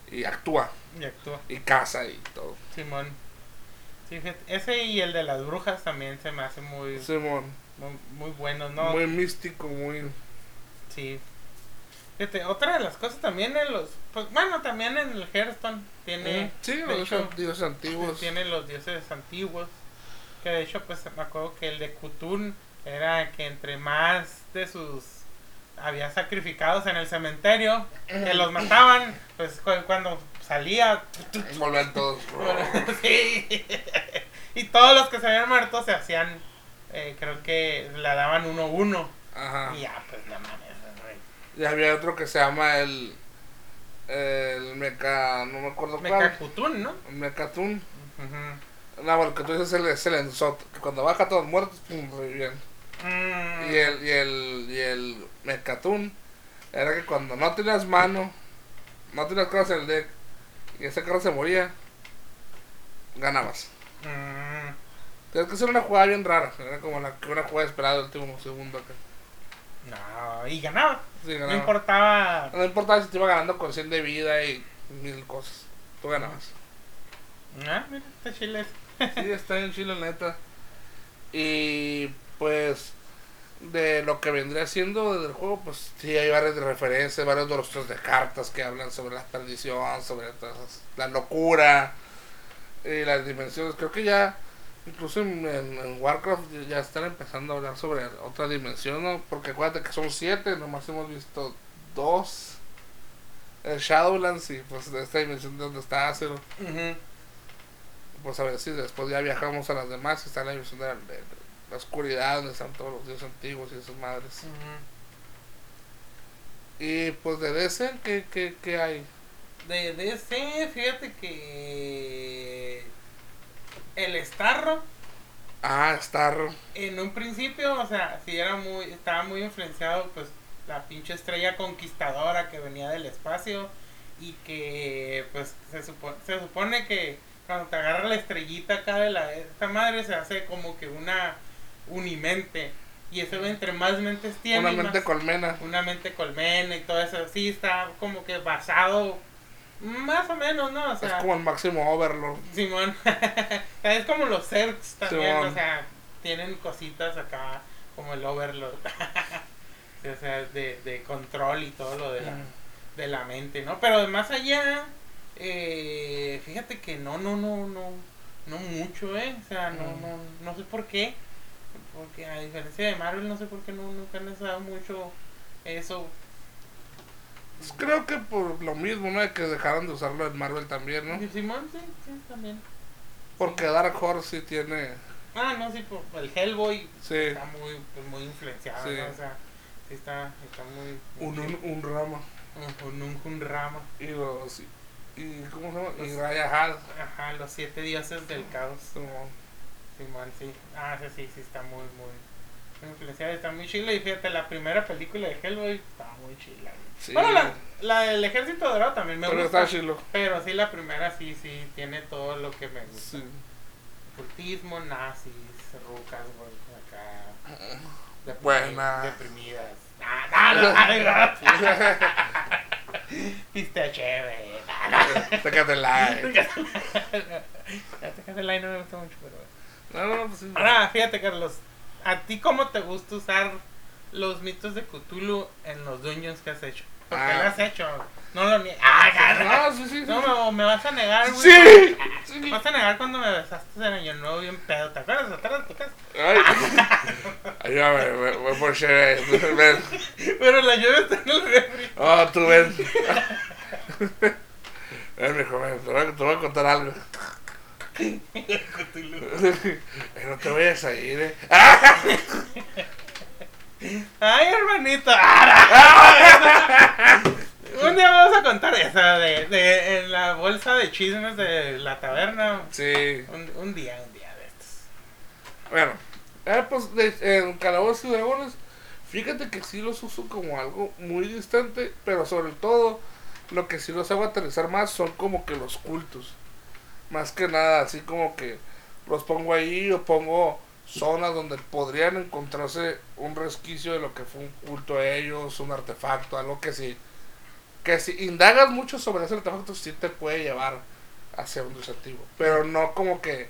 Speaker 1: y actúa.
Speaker 2: Y actúa.
Speaker 1: Y caza y todo.
Speaker 2: Simón. Sí, ese y el de las brujas también se me hace muy...
Speaker 1: Simón.
Speaker 2: Muy bueno, ¿no?
Speaker 1: Muy místico, muy...
Speaker 2: Sí. Fíjate, otra de las cosas también en los... Pues bueno, también en el Hearthstone tiene...
Speaker 1: Sí,
Speaker 2: de hecho,
Speaker 1: los dioses antiguos.
Speaker 2: Tiene los dioses antiguos. Que de hecho, pues me acuerdo que el de Cthulhu era que entre más de sus... había sacrificados en el cementerio, que los mataban, pues cuando salía...
Speaker 1: Volvían todos.
Speaker 2: Sí. Y todos los que se habían muerto se hacían... creo que la daban 1-1.
Speaker 1: Ajá.
Speaker 2: Y ya, pues no mames.
Speaker 1: Y había otro que se llama el meca... no me acuerdo cuál.
Speaker 2: Mecacutún, ¿no?
Speaker 1: El Mecatún.
Speaker 2: Uh-huh.
Speaker 1: No, bueno, que tú dices es el Enzot, que cuando baja todos muertos, pum, revivían. Y el Mecatún era que cuando no tenías mano, no tenías cosas en el deck, y ese carro se moría, ganabas. Tienes que hacer una jugada bien rara, era como una jugada esperada del último segundo acá.
Speaker 2: No, y ganaba.
Speaker 1: Sí, ganaba.
Speaker 2: No importaba.
Speaker 1: No importaba si te iba ganando con 100 de vida y 1000 cosas. Tú ganabas.
Speaker 2: Ah, mira, está chile.
Speaker 1: Sí, está en Chile, neta. Y pues de lo que vendría siendo del juego, pues sí hay varias referencias, varios rostros de cartas que hablan sobre la perdición, sobre la locura y las dimensiones. Creo que ya incluso en Warcraft ya están empezando a hablar sobre otra dimensión, ¿no? Porque acuérdate que son 7, nomás hemos visto 2. El Shadowlands y pues de esta dimensión de donde está Acero.
Speaker 2: Uh-huh.
Speaker 1: Pues a ver si después ya viajamos a las demás y está la dimensión de la oscuridad, donde están todos los dioses antiguos y esas madres.
Speaker 2: Uh-huh.
Speaker 1: Y pues de DC, ¿qué hay?
Speaker 2: De DC, fíjate que el Starro.
Speaker 1: Ah, Starro.
Speaker 2: En un principio, o sea, sí estaba muy influenciado, pues, la pinche estrella conquistadora que venía del espacio y que, pues, se supone que cuando te agarra la estrellita acá de esta madre se hace como que una unimente. Y eso entre más mentes tiene.
Speaker 1: Una mente colmena.
Speaker 2: Una mente colmena y todo eso. Sí, está como que basado más o menos, ¿no? O sea,
Speaker 1: es como el máximo Overlord.
Speaker 2: Simón. Es como los Zergs también,
Speaker 1: Simón.
Speaker 2: o sea, tienen cositas acá como el Overlord. O sea, de control y todo lo de la mente, ¿no? Pero más allá, fíjate que no mucho, o sea, no sé por qué, porque a diferencia de Marvel, no sé por qué nunca han usado mucho eso.
Speaker 1: Pues creo que por lo mismo, ¿no? Que dejaron de usarlo en Marvel también, ¿no?
Speaker 2: ¿Y Simón? Sí, también.
Speaker 1: Porque Dark Horse sí tiene...
Speaker 2: Ah, no, sí, por el Hellboy
Speaker 1: sí.
Speaker 2: Está muy influenciado,
Speaker 1: sí.
Speaker 2: ¿no? O sea, sí está muy
Speaker 1: un rama.
Speaker 2: Un rama.
Speaker 1: Y los... y ¿cómo se llama? Y Raya Hal.
Speaker 2: Ajá, los 7 dioses del caos.
Speaker 1: Simón,
Speaker 2: sí. Ah, sí está muy influenciado, está muy chila. Y fíjate, la primera película de Hellboy está muy chila.
Speaker 1: Sí.
Speaker 2: Bueno, la del Ejército Dorado también me gusta.
Speaker 1: Está chilo.
Speaker 2: Pero sí, la primera sí tiene todo lo que me gusta.
Speaker 1: Sí.
Speaker 2: Ocultismo, nazis, rucas, güey, acá.
Speaker 1: Buena.
Speaker 2: Deprimidas. Piste chévere.
Speaker 1: Técate like.
Speaker 2: Técate like no me gusta mucho, pero
Speaker 1: No, pues sí.
Speaker 2: Ahora, fíjate, Carlos. ¿A ti cómo te gusta usar los mitos de Cthulhu en los dungeons que has hecho? Porque lo has hecho. No lo niegas.
Speaker 1: No, sí.
Speaker 2: No, me vas a negar, güey.
Speaker 1: Sí.
Speaker 2: Me vas a negar cuando me besaste en Año Nuevo bien pedo. ¿Te acuerdas? ¿Atrás de tu casa?
Speaker 1: Ay. Ayúdame, voy por chévere. Ven.
Speaker 2: Pero la lluvia está en el refri.
Speaker 1: Oh, tú ven. Ven, mijo, ven. Te voy a contar algo. No te vayas a ir,
Speaker 2: Ay, hermanito. Un día vamos a contar esa de en la bolsa de chismes de la taberna.
Speaker 1: Sí.
Speaker 2: Un día de estos.
Speaker 1: Bueno, pues en Calabozos y Dragones, fíjate que sí los uso como algo muy distante, pero sobre todo lo que sí los hago aterrizar más son como que los cultos. Más que nada, así como que los pongo ahí o pongo zonas donde podrían encontrarse un resquicio de lo que fue un culto a ellos, un artefacto, algo que sí que si indagas mucho sobre ese artefacto, sí te puede llevar hacia un dios antiguo. Pero no como que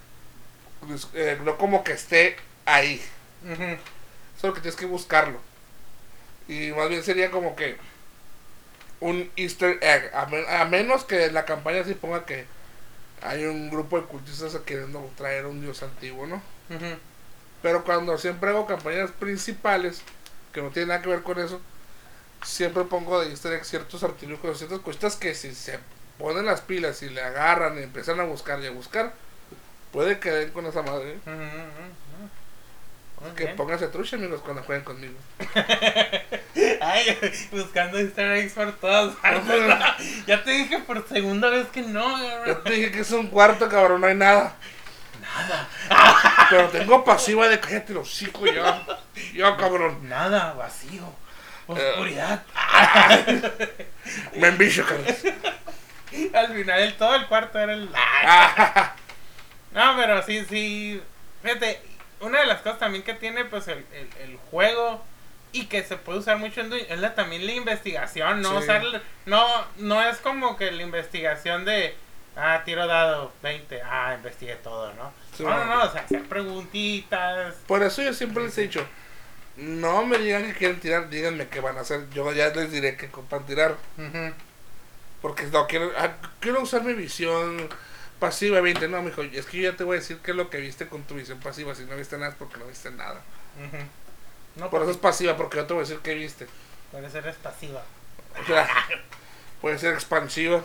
Speaker 1: no como que esté ahí. Solo que tienes que buscarlo. Y más bien sería como que un easter egg. A menos que la campaña sí ponga que hay un grupo de cultistas queriendo traer un dios antiguo, ¿no? Pero cuando siempre hago campañas principales, que no tienen nada que ver con eso, siempre pongo de easter egg ciertos artilugios, ciertas cositas que si se ponen las pilas y le agarran y empiezan a buscar y a buscar, puede que den con esa madre. Que pónganse trucha, amigos, cuando jueguen conmigo.
Speaker 2: Ay, buscando easter eggs por todas partes. Ya te dije por segunda vez que no, cabrón.
Speaker 1: Ya te dije que es un cuarto, cabrón, no hay nada.
Speaker 2: Nada.
Speaker 1: Pero tengo pasiva de cállate los hocico ya. Ya, cabrón.
Speaker 2: Nada, vacío. Oscuridad.
Speaker 1: Me envicio, cabrón.
Speaker 2: Al final todo el cuarto era el... No, pero sí. Fíjate, una de las cosas también que tiene pues el juego y que se puede usar mucho en Dungeon es también la investigación, ¿no?
Speaker 1: Sí.
Speaker 2: No es como que la investigación de tiro dado 20, investigué todo, ¿no?
Speaker 1: Sí,
Speaker 2: no, o sea, hacer preguntitas.
Speaker 1: Por eso yo siempre les he dicho, no me digan que quieren tirar, díganme qué van a hacer. Yo ya les diré que van a tirar. Porque no quiero usar mi visión pasiva 20. No, mijo, es que yo ya te voy a decir qué es lo que viste con tu visión pasiva. Si no viste nada es porque no viste nada.
Speaker 2: No,
Speaker 1: por eso es pasiva, porque yo te voy a decir qué viste.
Speaker 2: Puede ser pasiva.
Speaker 1: O sea, puede ser expansiva.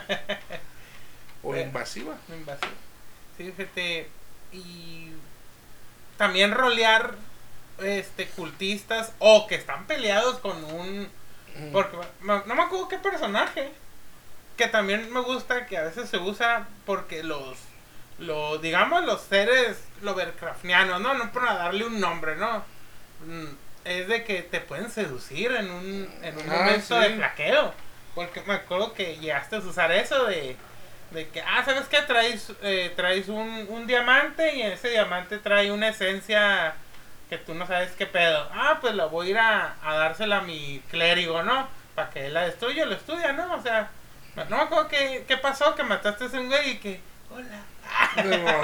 Speaker 1: O invasiva.
Speaker 2: Sí, fíjate. Y también rolear cultistas o que están peleados con un... Porque no me acuerdo qué personaje. Que también me gusta que a veces se usa porque digamos los seres Lovecraftianos, no para darle un nombre, ¿no? Es de que te pueden seducir en un momento de flaqueo. Porque me acuerdo que llegaste a usar eso de que, ¿sabes qué? Traes un diamante y ese diamante trae una esencia que tú no sabes qué pedo. Pues la voy a ir a dársela a mi clérigo, ¿no? Para que él la destruya, lo estudia, ¿no? O sea, no me acuerdo qué pasó, que mataste a ese güey y que, hola.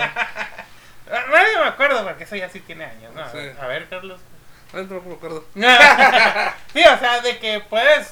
Speaker 2: No me acuerdo, porque eso ya sí tiene años, ¿no?
Speaker 1: Sí.
Speaker 2: A ver, Carlos.
Speaker 1: No me acuerdo.
Speaker 2: Sí, o sea, de que puedes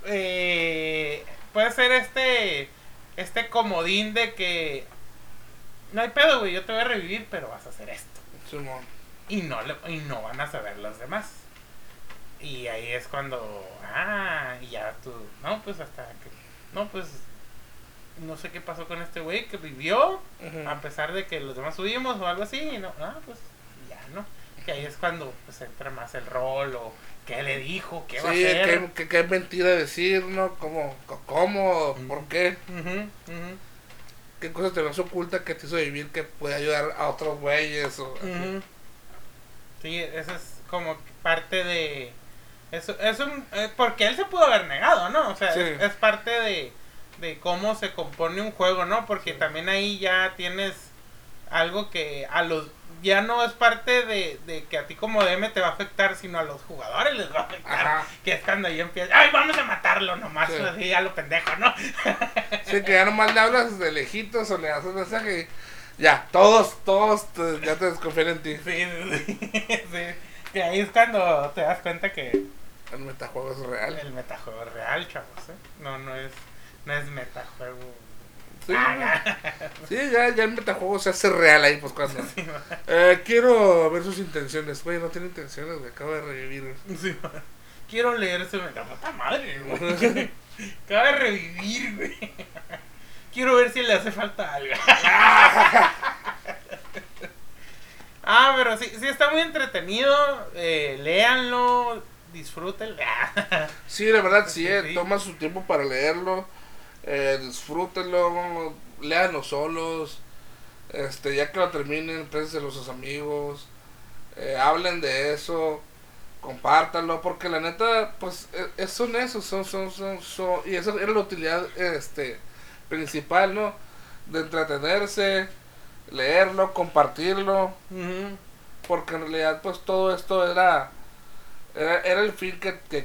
Speaker 2: ser este comodín de que no hay pedo, güey, yo te voy a revivir, pero vas a hacer esto.
Speaker 1: Sí,
Speaker 2: y no van a saber los demás. Y ahí es cuando y ya tú, pues hasta que pues no sé qué pasó con este güey que vivió a pesar de que los demás subimos o algo así, y pues ya no, que ahí es cuando pues entra más el rol o qué le dijo, qué va a hacer,
Speaker 1: qué mentira decir, ¿no? ¿Cómo? ¿Por qué? ¿Qué cosas te vas oculta que te hizo vivir que puede ayudar a otros güeyes?
Speaker 2: Sí, eso es como parte de eso, porque él se pudo haber negado, ¿no? O sea, sí. es parte de cómo se compone un juego, ¿no? Porque también ahí ya tienes algo que ya no es parte de que a ti como DM te va a afectar, sino a los jugadores les va a afectar. Ajá. Que es cuando ya empieza, vamos a matarlo nomás, sí. Así ya lo pendejo, ¿no?
Speaker 1: Sí, que ya nomás le hablas de lejitos o le das un mensaje y ya, todos ya te desconfían en ti.
Speaker 2: Sí. Y ahí es cuando te das cuenta que
Speaker 1: el metajuego es real.
Speaker 2: El metajuego es real, chavos, no es metajuego.
Speaker 1: Sí, ya el metajuego se hace real ahí, pues cuando. Sí, quiero ver sus intenciones. Güey, no tiene intenciones, güey, acabo de revivir.
Speaker 2: Sí, quiero leer su puta madre, güey. Acaba de revivir, güey. Quiero ver si le hace falta algo. Pero sí está muy entretenido. Léanlo, disfrútenlo.
Speaker 1: Sí, la verdad, sí. Toma su tiempo para leerlo. Disfrútenlo, léanlo solos, ya que lo terminen, présenselo a sus amigos, hablen de eso, compártanlo, porque la neta, pues, son esos, son, y esa era la utilidad, principal, ¿no? De entretenerse, leerlo, compartirlo, porque en realidad, pues, todo esto era Era el fin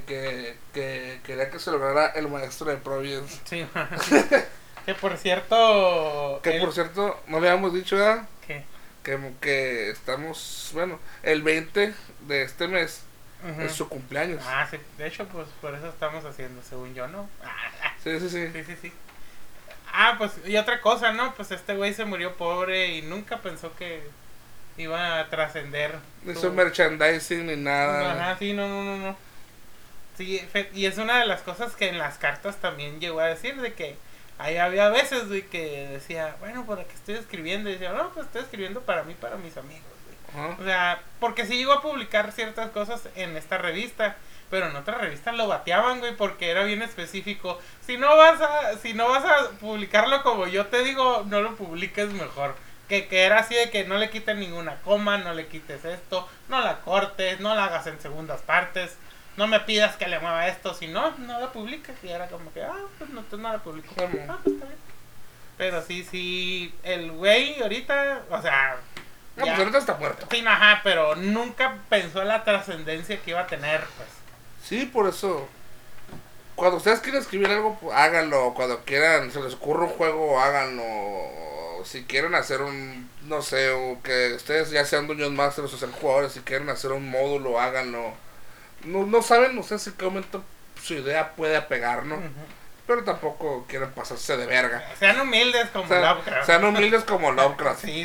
Speaker 1: que quería que se lograra el maestro de Providence.
Speaker 2: Sí, que por cierto...
Speaker 1: Por cierto, no le habíamos dicho, ¿verdad?
Speaker 2: ¿Qué?
Speaker 1: Que estamos, bueno, el 20 de este mes es su cumpleaños.
Speaker 2: Sí, de hecho, pues por eso estamos haciendo, según yo, ¿no?
Speaker 1: Sí.
Speaker 2: Sí. Pues, y otra cosa, ¿no? Pues este güey se murió pobre y nunca pensó que iba a trascender.
Speaker 1: Ni su merchandising ni nada.
Speaker 2: Sí, no. Sí, y es una de las cosas que en las cartas también llegó a decir, de que ahí había veces, güey, que decía, bueno, ¿por qué estoy escribiendo? Y decía, no, pues estoy escribiendo para mí, para mis amigos, güey. O sea, porque sí llegó a publicar ciertas cosas en esta revista, pero en otra revista lo bateaban, güey, porque era bien específico. Si no vas a publicarlo como yo te digo, no lo publiques mejor. Que era así de que no le quiten ninguna coma, no le quites esto, no la cortes, no la hagas en segundas partes, no me pidas que le mueva esto, si no, no la publiques. Y era como que, pues no la publico. Pues está bien. Pero sí, el güey ahorita, o sea...
Speaker 1: No, pues ahorita está muerto.
Speaker 2: Sí, pero nunca pensó en la trascendencia que iba a tener, pues.
Speaker 1: Sí, por eso. Cuando ustedes quieren escribir algo, pues, háganlo. Cuando quieran, se les ocurre un juego, háganlo. Si quieren hacer un, no sé, o que ustedes ya sean Dungeon Masters o sean jugadores, si quieren hacer un módulo, háganlo. No saben, no sé si en qué momento su idea puede pegar, ¿no? Pero tampoco quieren pasarse de verga.
Speaker 2: Sean humildes como Lovecraft.
Speaker 1: Sean humildes como Lovecraft.
Speaker 2: Sí.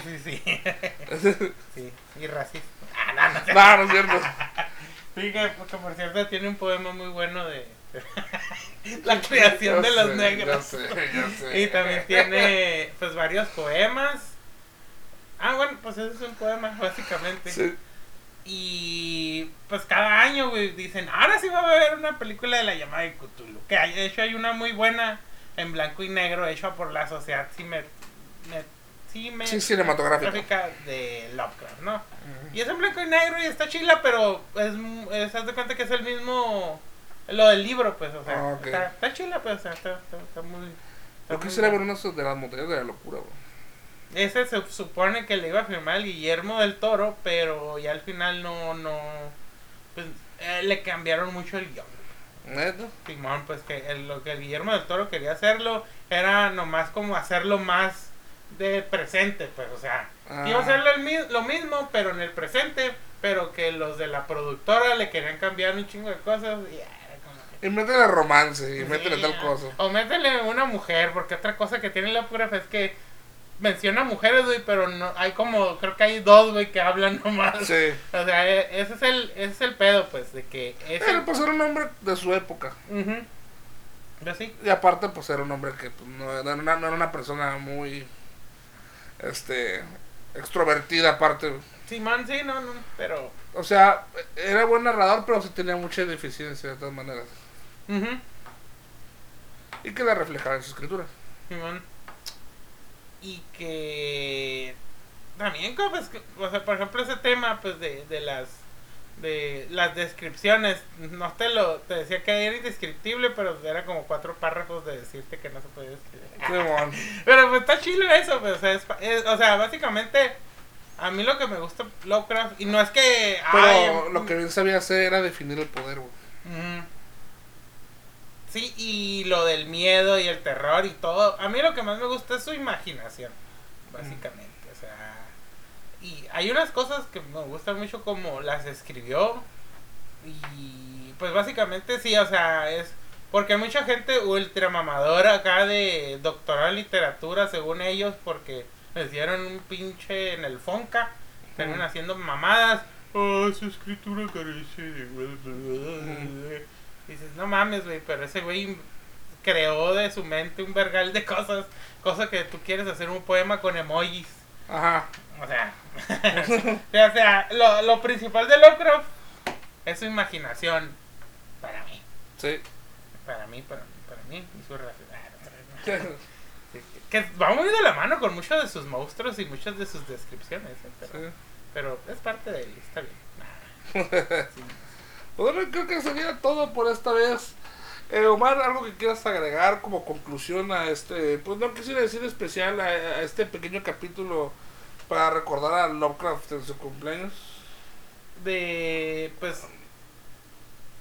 Speaker 2: Sí, y racista.
Speaker 1: No es cierto.
Speaker 2: Sí, que por cierto tiene un poema muy bueno de la creación de los negros.
Speaker 1: Ya sé.
Speaker 2: Y también tiene pues varios poemas. Bueno, pues ese es un poema básicamente.
Speaker 1: Sí.
Speaker 2: Y pues cada año, güey, dicen, ahora sí va a haber una película de La Llamada de Cthulhu. Que de hecho hay una muy buena en blanco y negro hecha por la sociedad cinematográfica de Lovecraft, ¿no? Y es en blanco y negro y está chila, pero haz de cuenta que es el mismo, lo del libro, pues, o sea, está chila, pues, o sea, está muy...
Speaker 1: Yo quisiera ver uno de las montañas de la locura, güey.
Speaker 2: Ese se supone que le iba a firmar el Guillermo del Toro, pero ya al final pues le cambiaron mucho el guión.
Speaker 1: ¿Neto?
Speaker 2: Simón, pues que lo que el Guillermo del Toro quería hacerlo era nomás como hacerlo más de presente, pues, o sea, iba a hacerlo lo mismo, pero en el presente, pero que los de la productora le querían cambiar un chingo de cosas
Speaker 1: y métele romance, y métele tal cosa.
Speaker 2: O métele una mujer, porque otra cosa que tiene Lovecraft es que menciona mujeres, güey, pero no hay como, creo que hay dos, güey, que hablan nomás.
Speaker 1: Sí.
Speaker 2: O sea, ese es el pedo, pues, de que...
Speaker 1: Pues era un hombre de su época.
Speaker 2: ¿Sí?
Speaker 1: Y aparte, pues era un hombre que pues, no era una persona muy... extrovertida, aparte.
Speaker 2: Sí, man, sí, no, pero...
Speaker 1: O sea, era buen narrador, pero sí tenía mucha deficiencia de todas maneras. Y que la reflejaba en su escritura.
Speaker 2: Sí, man. Y que también, pues, o sea, por ejemplo, ese tema, pues, de las descripciones, te decía que era indescriptible, pero era como 4 párrafos de decirte que no se podía escribir.
Speaker 1: Sí, bueno.
Speaker 2: Pero pues está chido eso, pues, o sea, básicamente, a mí lo que me gusta Lovecraft, y no es que...
Speaker 1: Pero lo que bien sabía hacer era definir el poder, güey.
Speaker 2: Sí, y lo del miedo y el terror y todo. A mí lo que más me gusta es su imaginación, básicamente. O sea, y hay unas cosas que me gustan mucho como las escribió. Y pues básicamente sí, o sea, es porque hay mucha gente ultra mamadora acá de doctorado en literatura, según ellos, porque les dieron un pinche en el Fonca. Están haciendo mamadas. Su escritura carece de... Dices, no mames, güey, pero ese güey creó de su mente un vergal de cosas que tú quieres hacer un poema con emojis.
Speaker 1: Ajá.
Speaker 2: O sea, lo principal de Lovecraft es su imaginación. Para mí.
Speaker 1: Sí.
Speaker 2: Para mí, y su relación. Que va muy de la mano con muchos de sus monstruos y muchas de sus descripciones. Pero es parte de él, está bien.
Speaker 1: Sí. Bueno, creo que sería todo por esta vez. Omar, algo que quieras agregar como conclusión a pues no quisiera decir especial a este pequeño capítulo para recordar a Lovecraft en su cumpleaños.
Speaker 2: Pues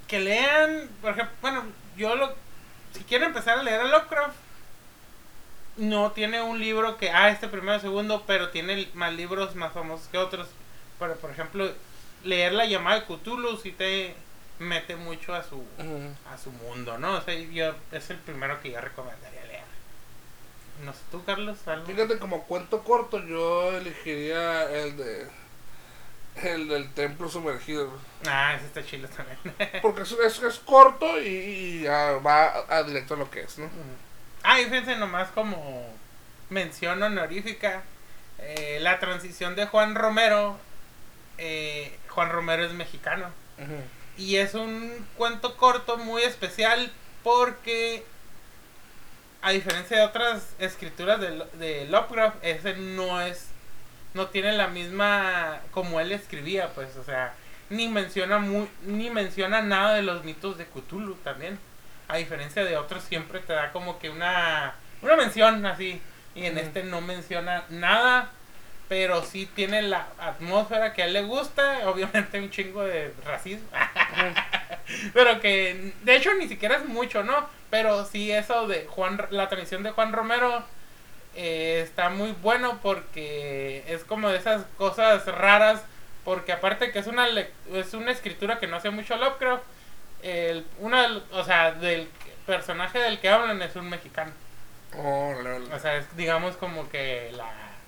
Speaker 2: que lean, por ejemplo, bueno, si quieren empezar a leer a Lovecraft, no tiene un libro que, este primero, segundo, pero tiene más libros más famosos que otros. Pero, por ejemplo, leer La llamada de Cthulhu sí te mete mucho a su mundo, ¿no? O sea, es el primero que yo recomendaría leer. No sé, ¿tú, Carlos? ¿Algo?
Speaker 1: Fíjate, como cuento corto, yo elegiría el del templo sumergido.
Speaker 2: Ese está chido también.
Speaker 1: Porque es corto y ya va a directo a lo que es, ¿no?
Speaker 2: Y fíjense nomás como mención honorífica, la transición de Juan Romero. Juan Romero es mexicano. Y es un cuento corto muy especial porque, a diferencia de otras escrituras de Lovecraft, ese no tiene la misma como él escribía, pues, o sea, ni menciona nada de los mitos de Cthulhu también. A diferencia de otros, siempre te da como que una mención así, y en este no menciona nada, pero sí tiene la atmósfera que a él le gusta, obviamente un chingo de racismo, pero que de hecho ni siquiera es mucho, ¿no? Pero sí, eso de la tradición de Juan Romero está muy bueno porque es como de esas cosas raras, porque aparte que es una escritura que no hace mucho Lovecraft, o sea, del personaje del que hablan es un mexicano. O sea, es, digamos, como que la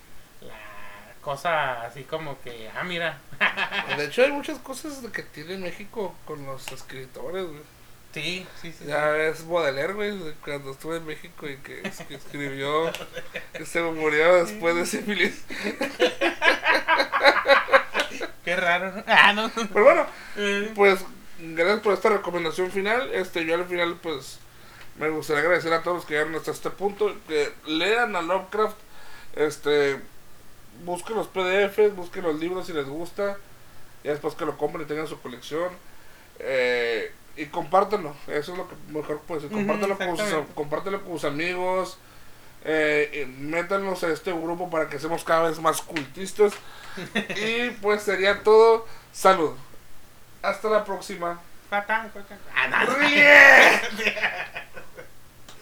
Speaker 2: cosa así como que, mira.
Speaker 1: De hecho, hay muchas cosas que tiene México con los escritores, güey.
Speaker 2: Sí.
Speaker 1: Ya ves Baudelaire, güey, cuando estuve en México y que escribió que se murió después de sífilis.
Speaker 2: Qué raro. No.
Speaker 1: Pero bueno, pues gracias por esta recomendación final. Yo al final, pues, me gustaría agradecer a todos los que llegaron hasta este punto. Que lean a Lovecraft. Busquen los PDFs, busquen los libros si les gusta. Y después que lo compren y tengan su colección. Y compártanlo. Eso es lo que mejor puede ser. Compártanlo con sus amigos. Métanos a este grupo para que seamos cada vez más cultistas. Y pues sería todo. Salud. Hasta la próxima.
Speaker 2: Patán.
Speaker 1: ¡Ríe!